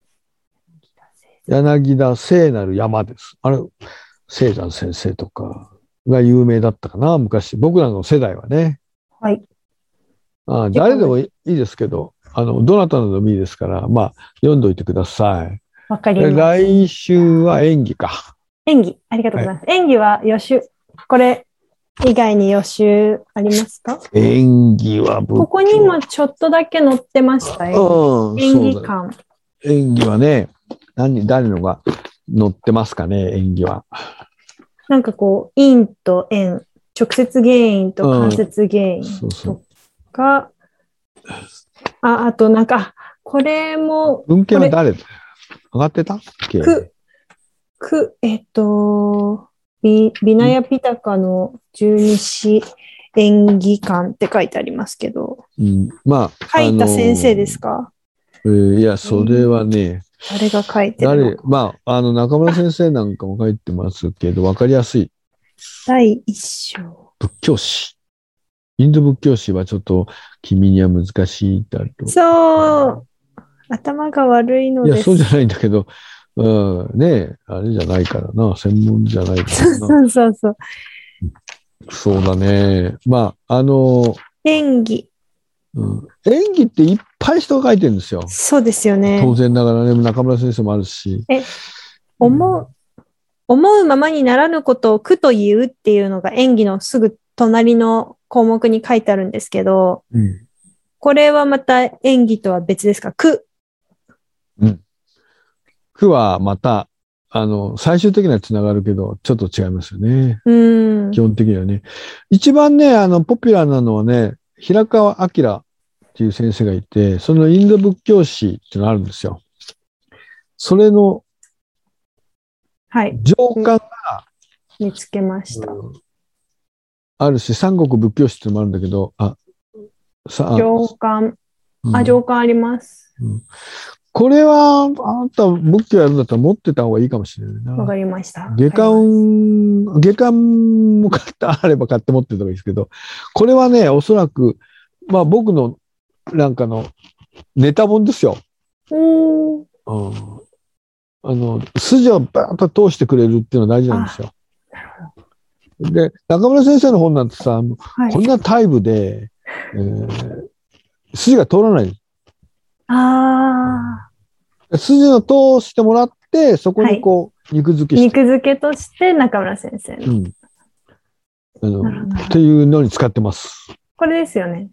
柳田聖なる山です。あれ、青山先生とかが有名だったかな、昔。僕らの世代はね。 はい。 あ誰でもいいですけど、あの、どなたのでもいいですから、まあ、読んどいてください。 わかりました。 来週は演技か。 演技。ありがとうございます。はい、演技は予習。これ以外に予習ありますか？ 演技はここにもちょっとだけ載ってました。演技、演技感。 演技はね、何、誰のが載ってますかね、演技は。 なんかこう、因と縁、直接原因と間接原因とか、うん、そうそうあ、あとなんか、これも。 文献は誰上がってた？ く、く、えっと、ビ、ビナヤピタカの十二支演技観って書いてありますけど。 うん、まあ。 書いた先生ですか？ あのーえー、いや、それはね、 誰が書いてるのか。 まあ、あの、中村先生なんかも書いてますけど、わかりやすい。 だいいっ章。 仏教史。インド仏教史はちょっと君には難しいだと。 そう。頭が悪いのです。 いや、そうじゃないんだけど、うん、ねえ、あれじゃないからな、専門じゃないからな。 そうそうそう。 そうだね。まあ、あの、 演技。 うん、演技っていっぱい人が書いてるんですよ。 そうですよね。 当然ながらね、中村先生もあるし。 え、思う、思うままにならぬことを苦と言うっていうのが演技のすぐ隣の項目に書いてあるんですけど、うん、これはまた演技とは別ですか？苦。 うん。苦はまた、あの、最終的にはつながるけど、ちょっと違いますよね。 うん。 基本的にはね。一番ね、あの、ポピュラーなのはね、平川明っていう先生がいて、そのインド仏教史っていうのがあるんですよ。それの、 はい。 上巻が、 見つけました。 うん、あるし、三国仏教史っていうのもあるんだけど、あ、 さ上巻。あ、上巻あります。 うんうん、これは、あなた仏教やるんだったら持ってた方がいいかもしれないな。 わかりました。 下巻、下巻も買ってあれば買って持ってた方がいいですけど、これはね、おそらく、まあ僕のなんかのネタ本ですよ。うん、あの、筋をバーッと通してくれるっていうのは大事なんですよ。で、中村先生の本なんてさ、はい、こんなタイプで、えー、筋が通らない。 ああ。筋を通してもらって、そこにこう、はい、肉付けして。 肉付けとして中村先生の。うん。 あの、っていうのに使ってます。 これですよね。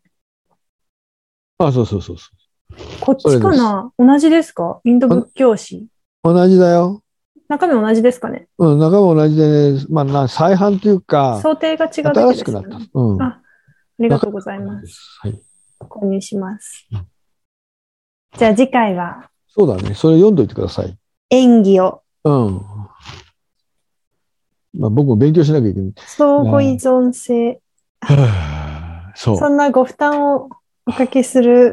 あ、そうそうそうそう。 こっちかな？同じですか？インド仏教史。 同じだよ。 中身同じですかね？ うん、中身同じで、ね、まあな、再販というか、 想定が違うだけ新しくなった。うん。 あ、ありがとうございます。はい。購入します。うん、じゃあ次回は。 そうだね。それ読んどいてください。 演技を。 うん。まあ僕も勉強しなきゃいけない。 相互依存性。 そう。 そんなご負担をおかけする、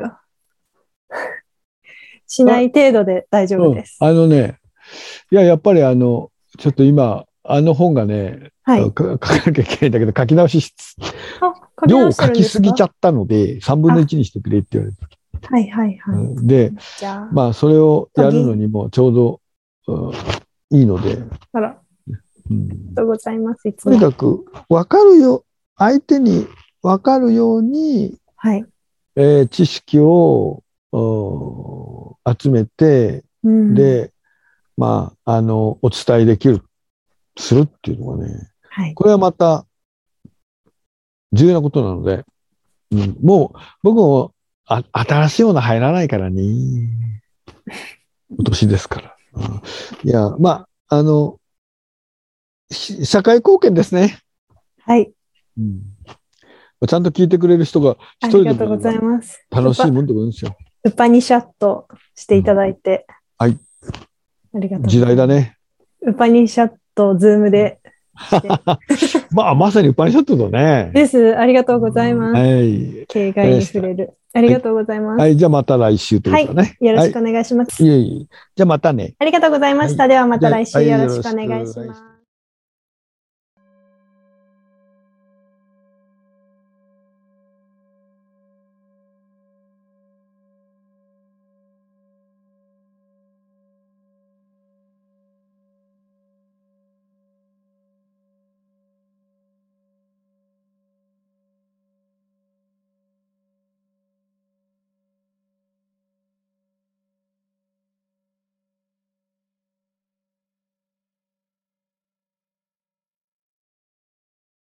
しない程度で大丈夫です。 うん、あのね、いや、やっぱりあの、ちょっと今、あの本がね、はい、書かなきゃいけないんだけど、書き直し室。量を書きすぎちゃったので、さんぶんのいちにしてくれって言われて。 はいはいはい。 で、まあ、それをやるのにもちょうど、うん、いいので。 あら。うん、ありがとうございます。いつも。とにかく、わかるよ、相手にわかるように、はい。えー、知識を集めて、うん、で、まあ、あの、お伝えできる、するっていうのがね、はい、これはまた重要なことなので、うん、もう僕もあ新しいもの入らないからね。お年ですから。うん、いや、まあ、あの、社会貢献ですね。 はい。 うん、ちゃんと聞いてくれる人が一人でも楽しいもんでもいいんですよ。 ウパニシャットしていただいて。 うん、はい。 ありがとうございます。 時代だね。 ウパニシャット、ズームで。 まあ、まさにウパニシャットだね。 です。ありがとうございます。 はい。 形骸に触れる。ありがとうございます。 はい。はい、じゃあまた来週ということね、はい。 よろしくお願いします。 はい、いえいえ。じゃあまたね。 ありがとうございました。はい、ではまた来週よろしくお願いします。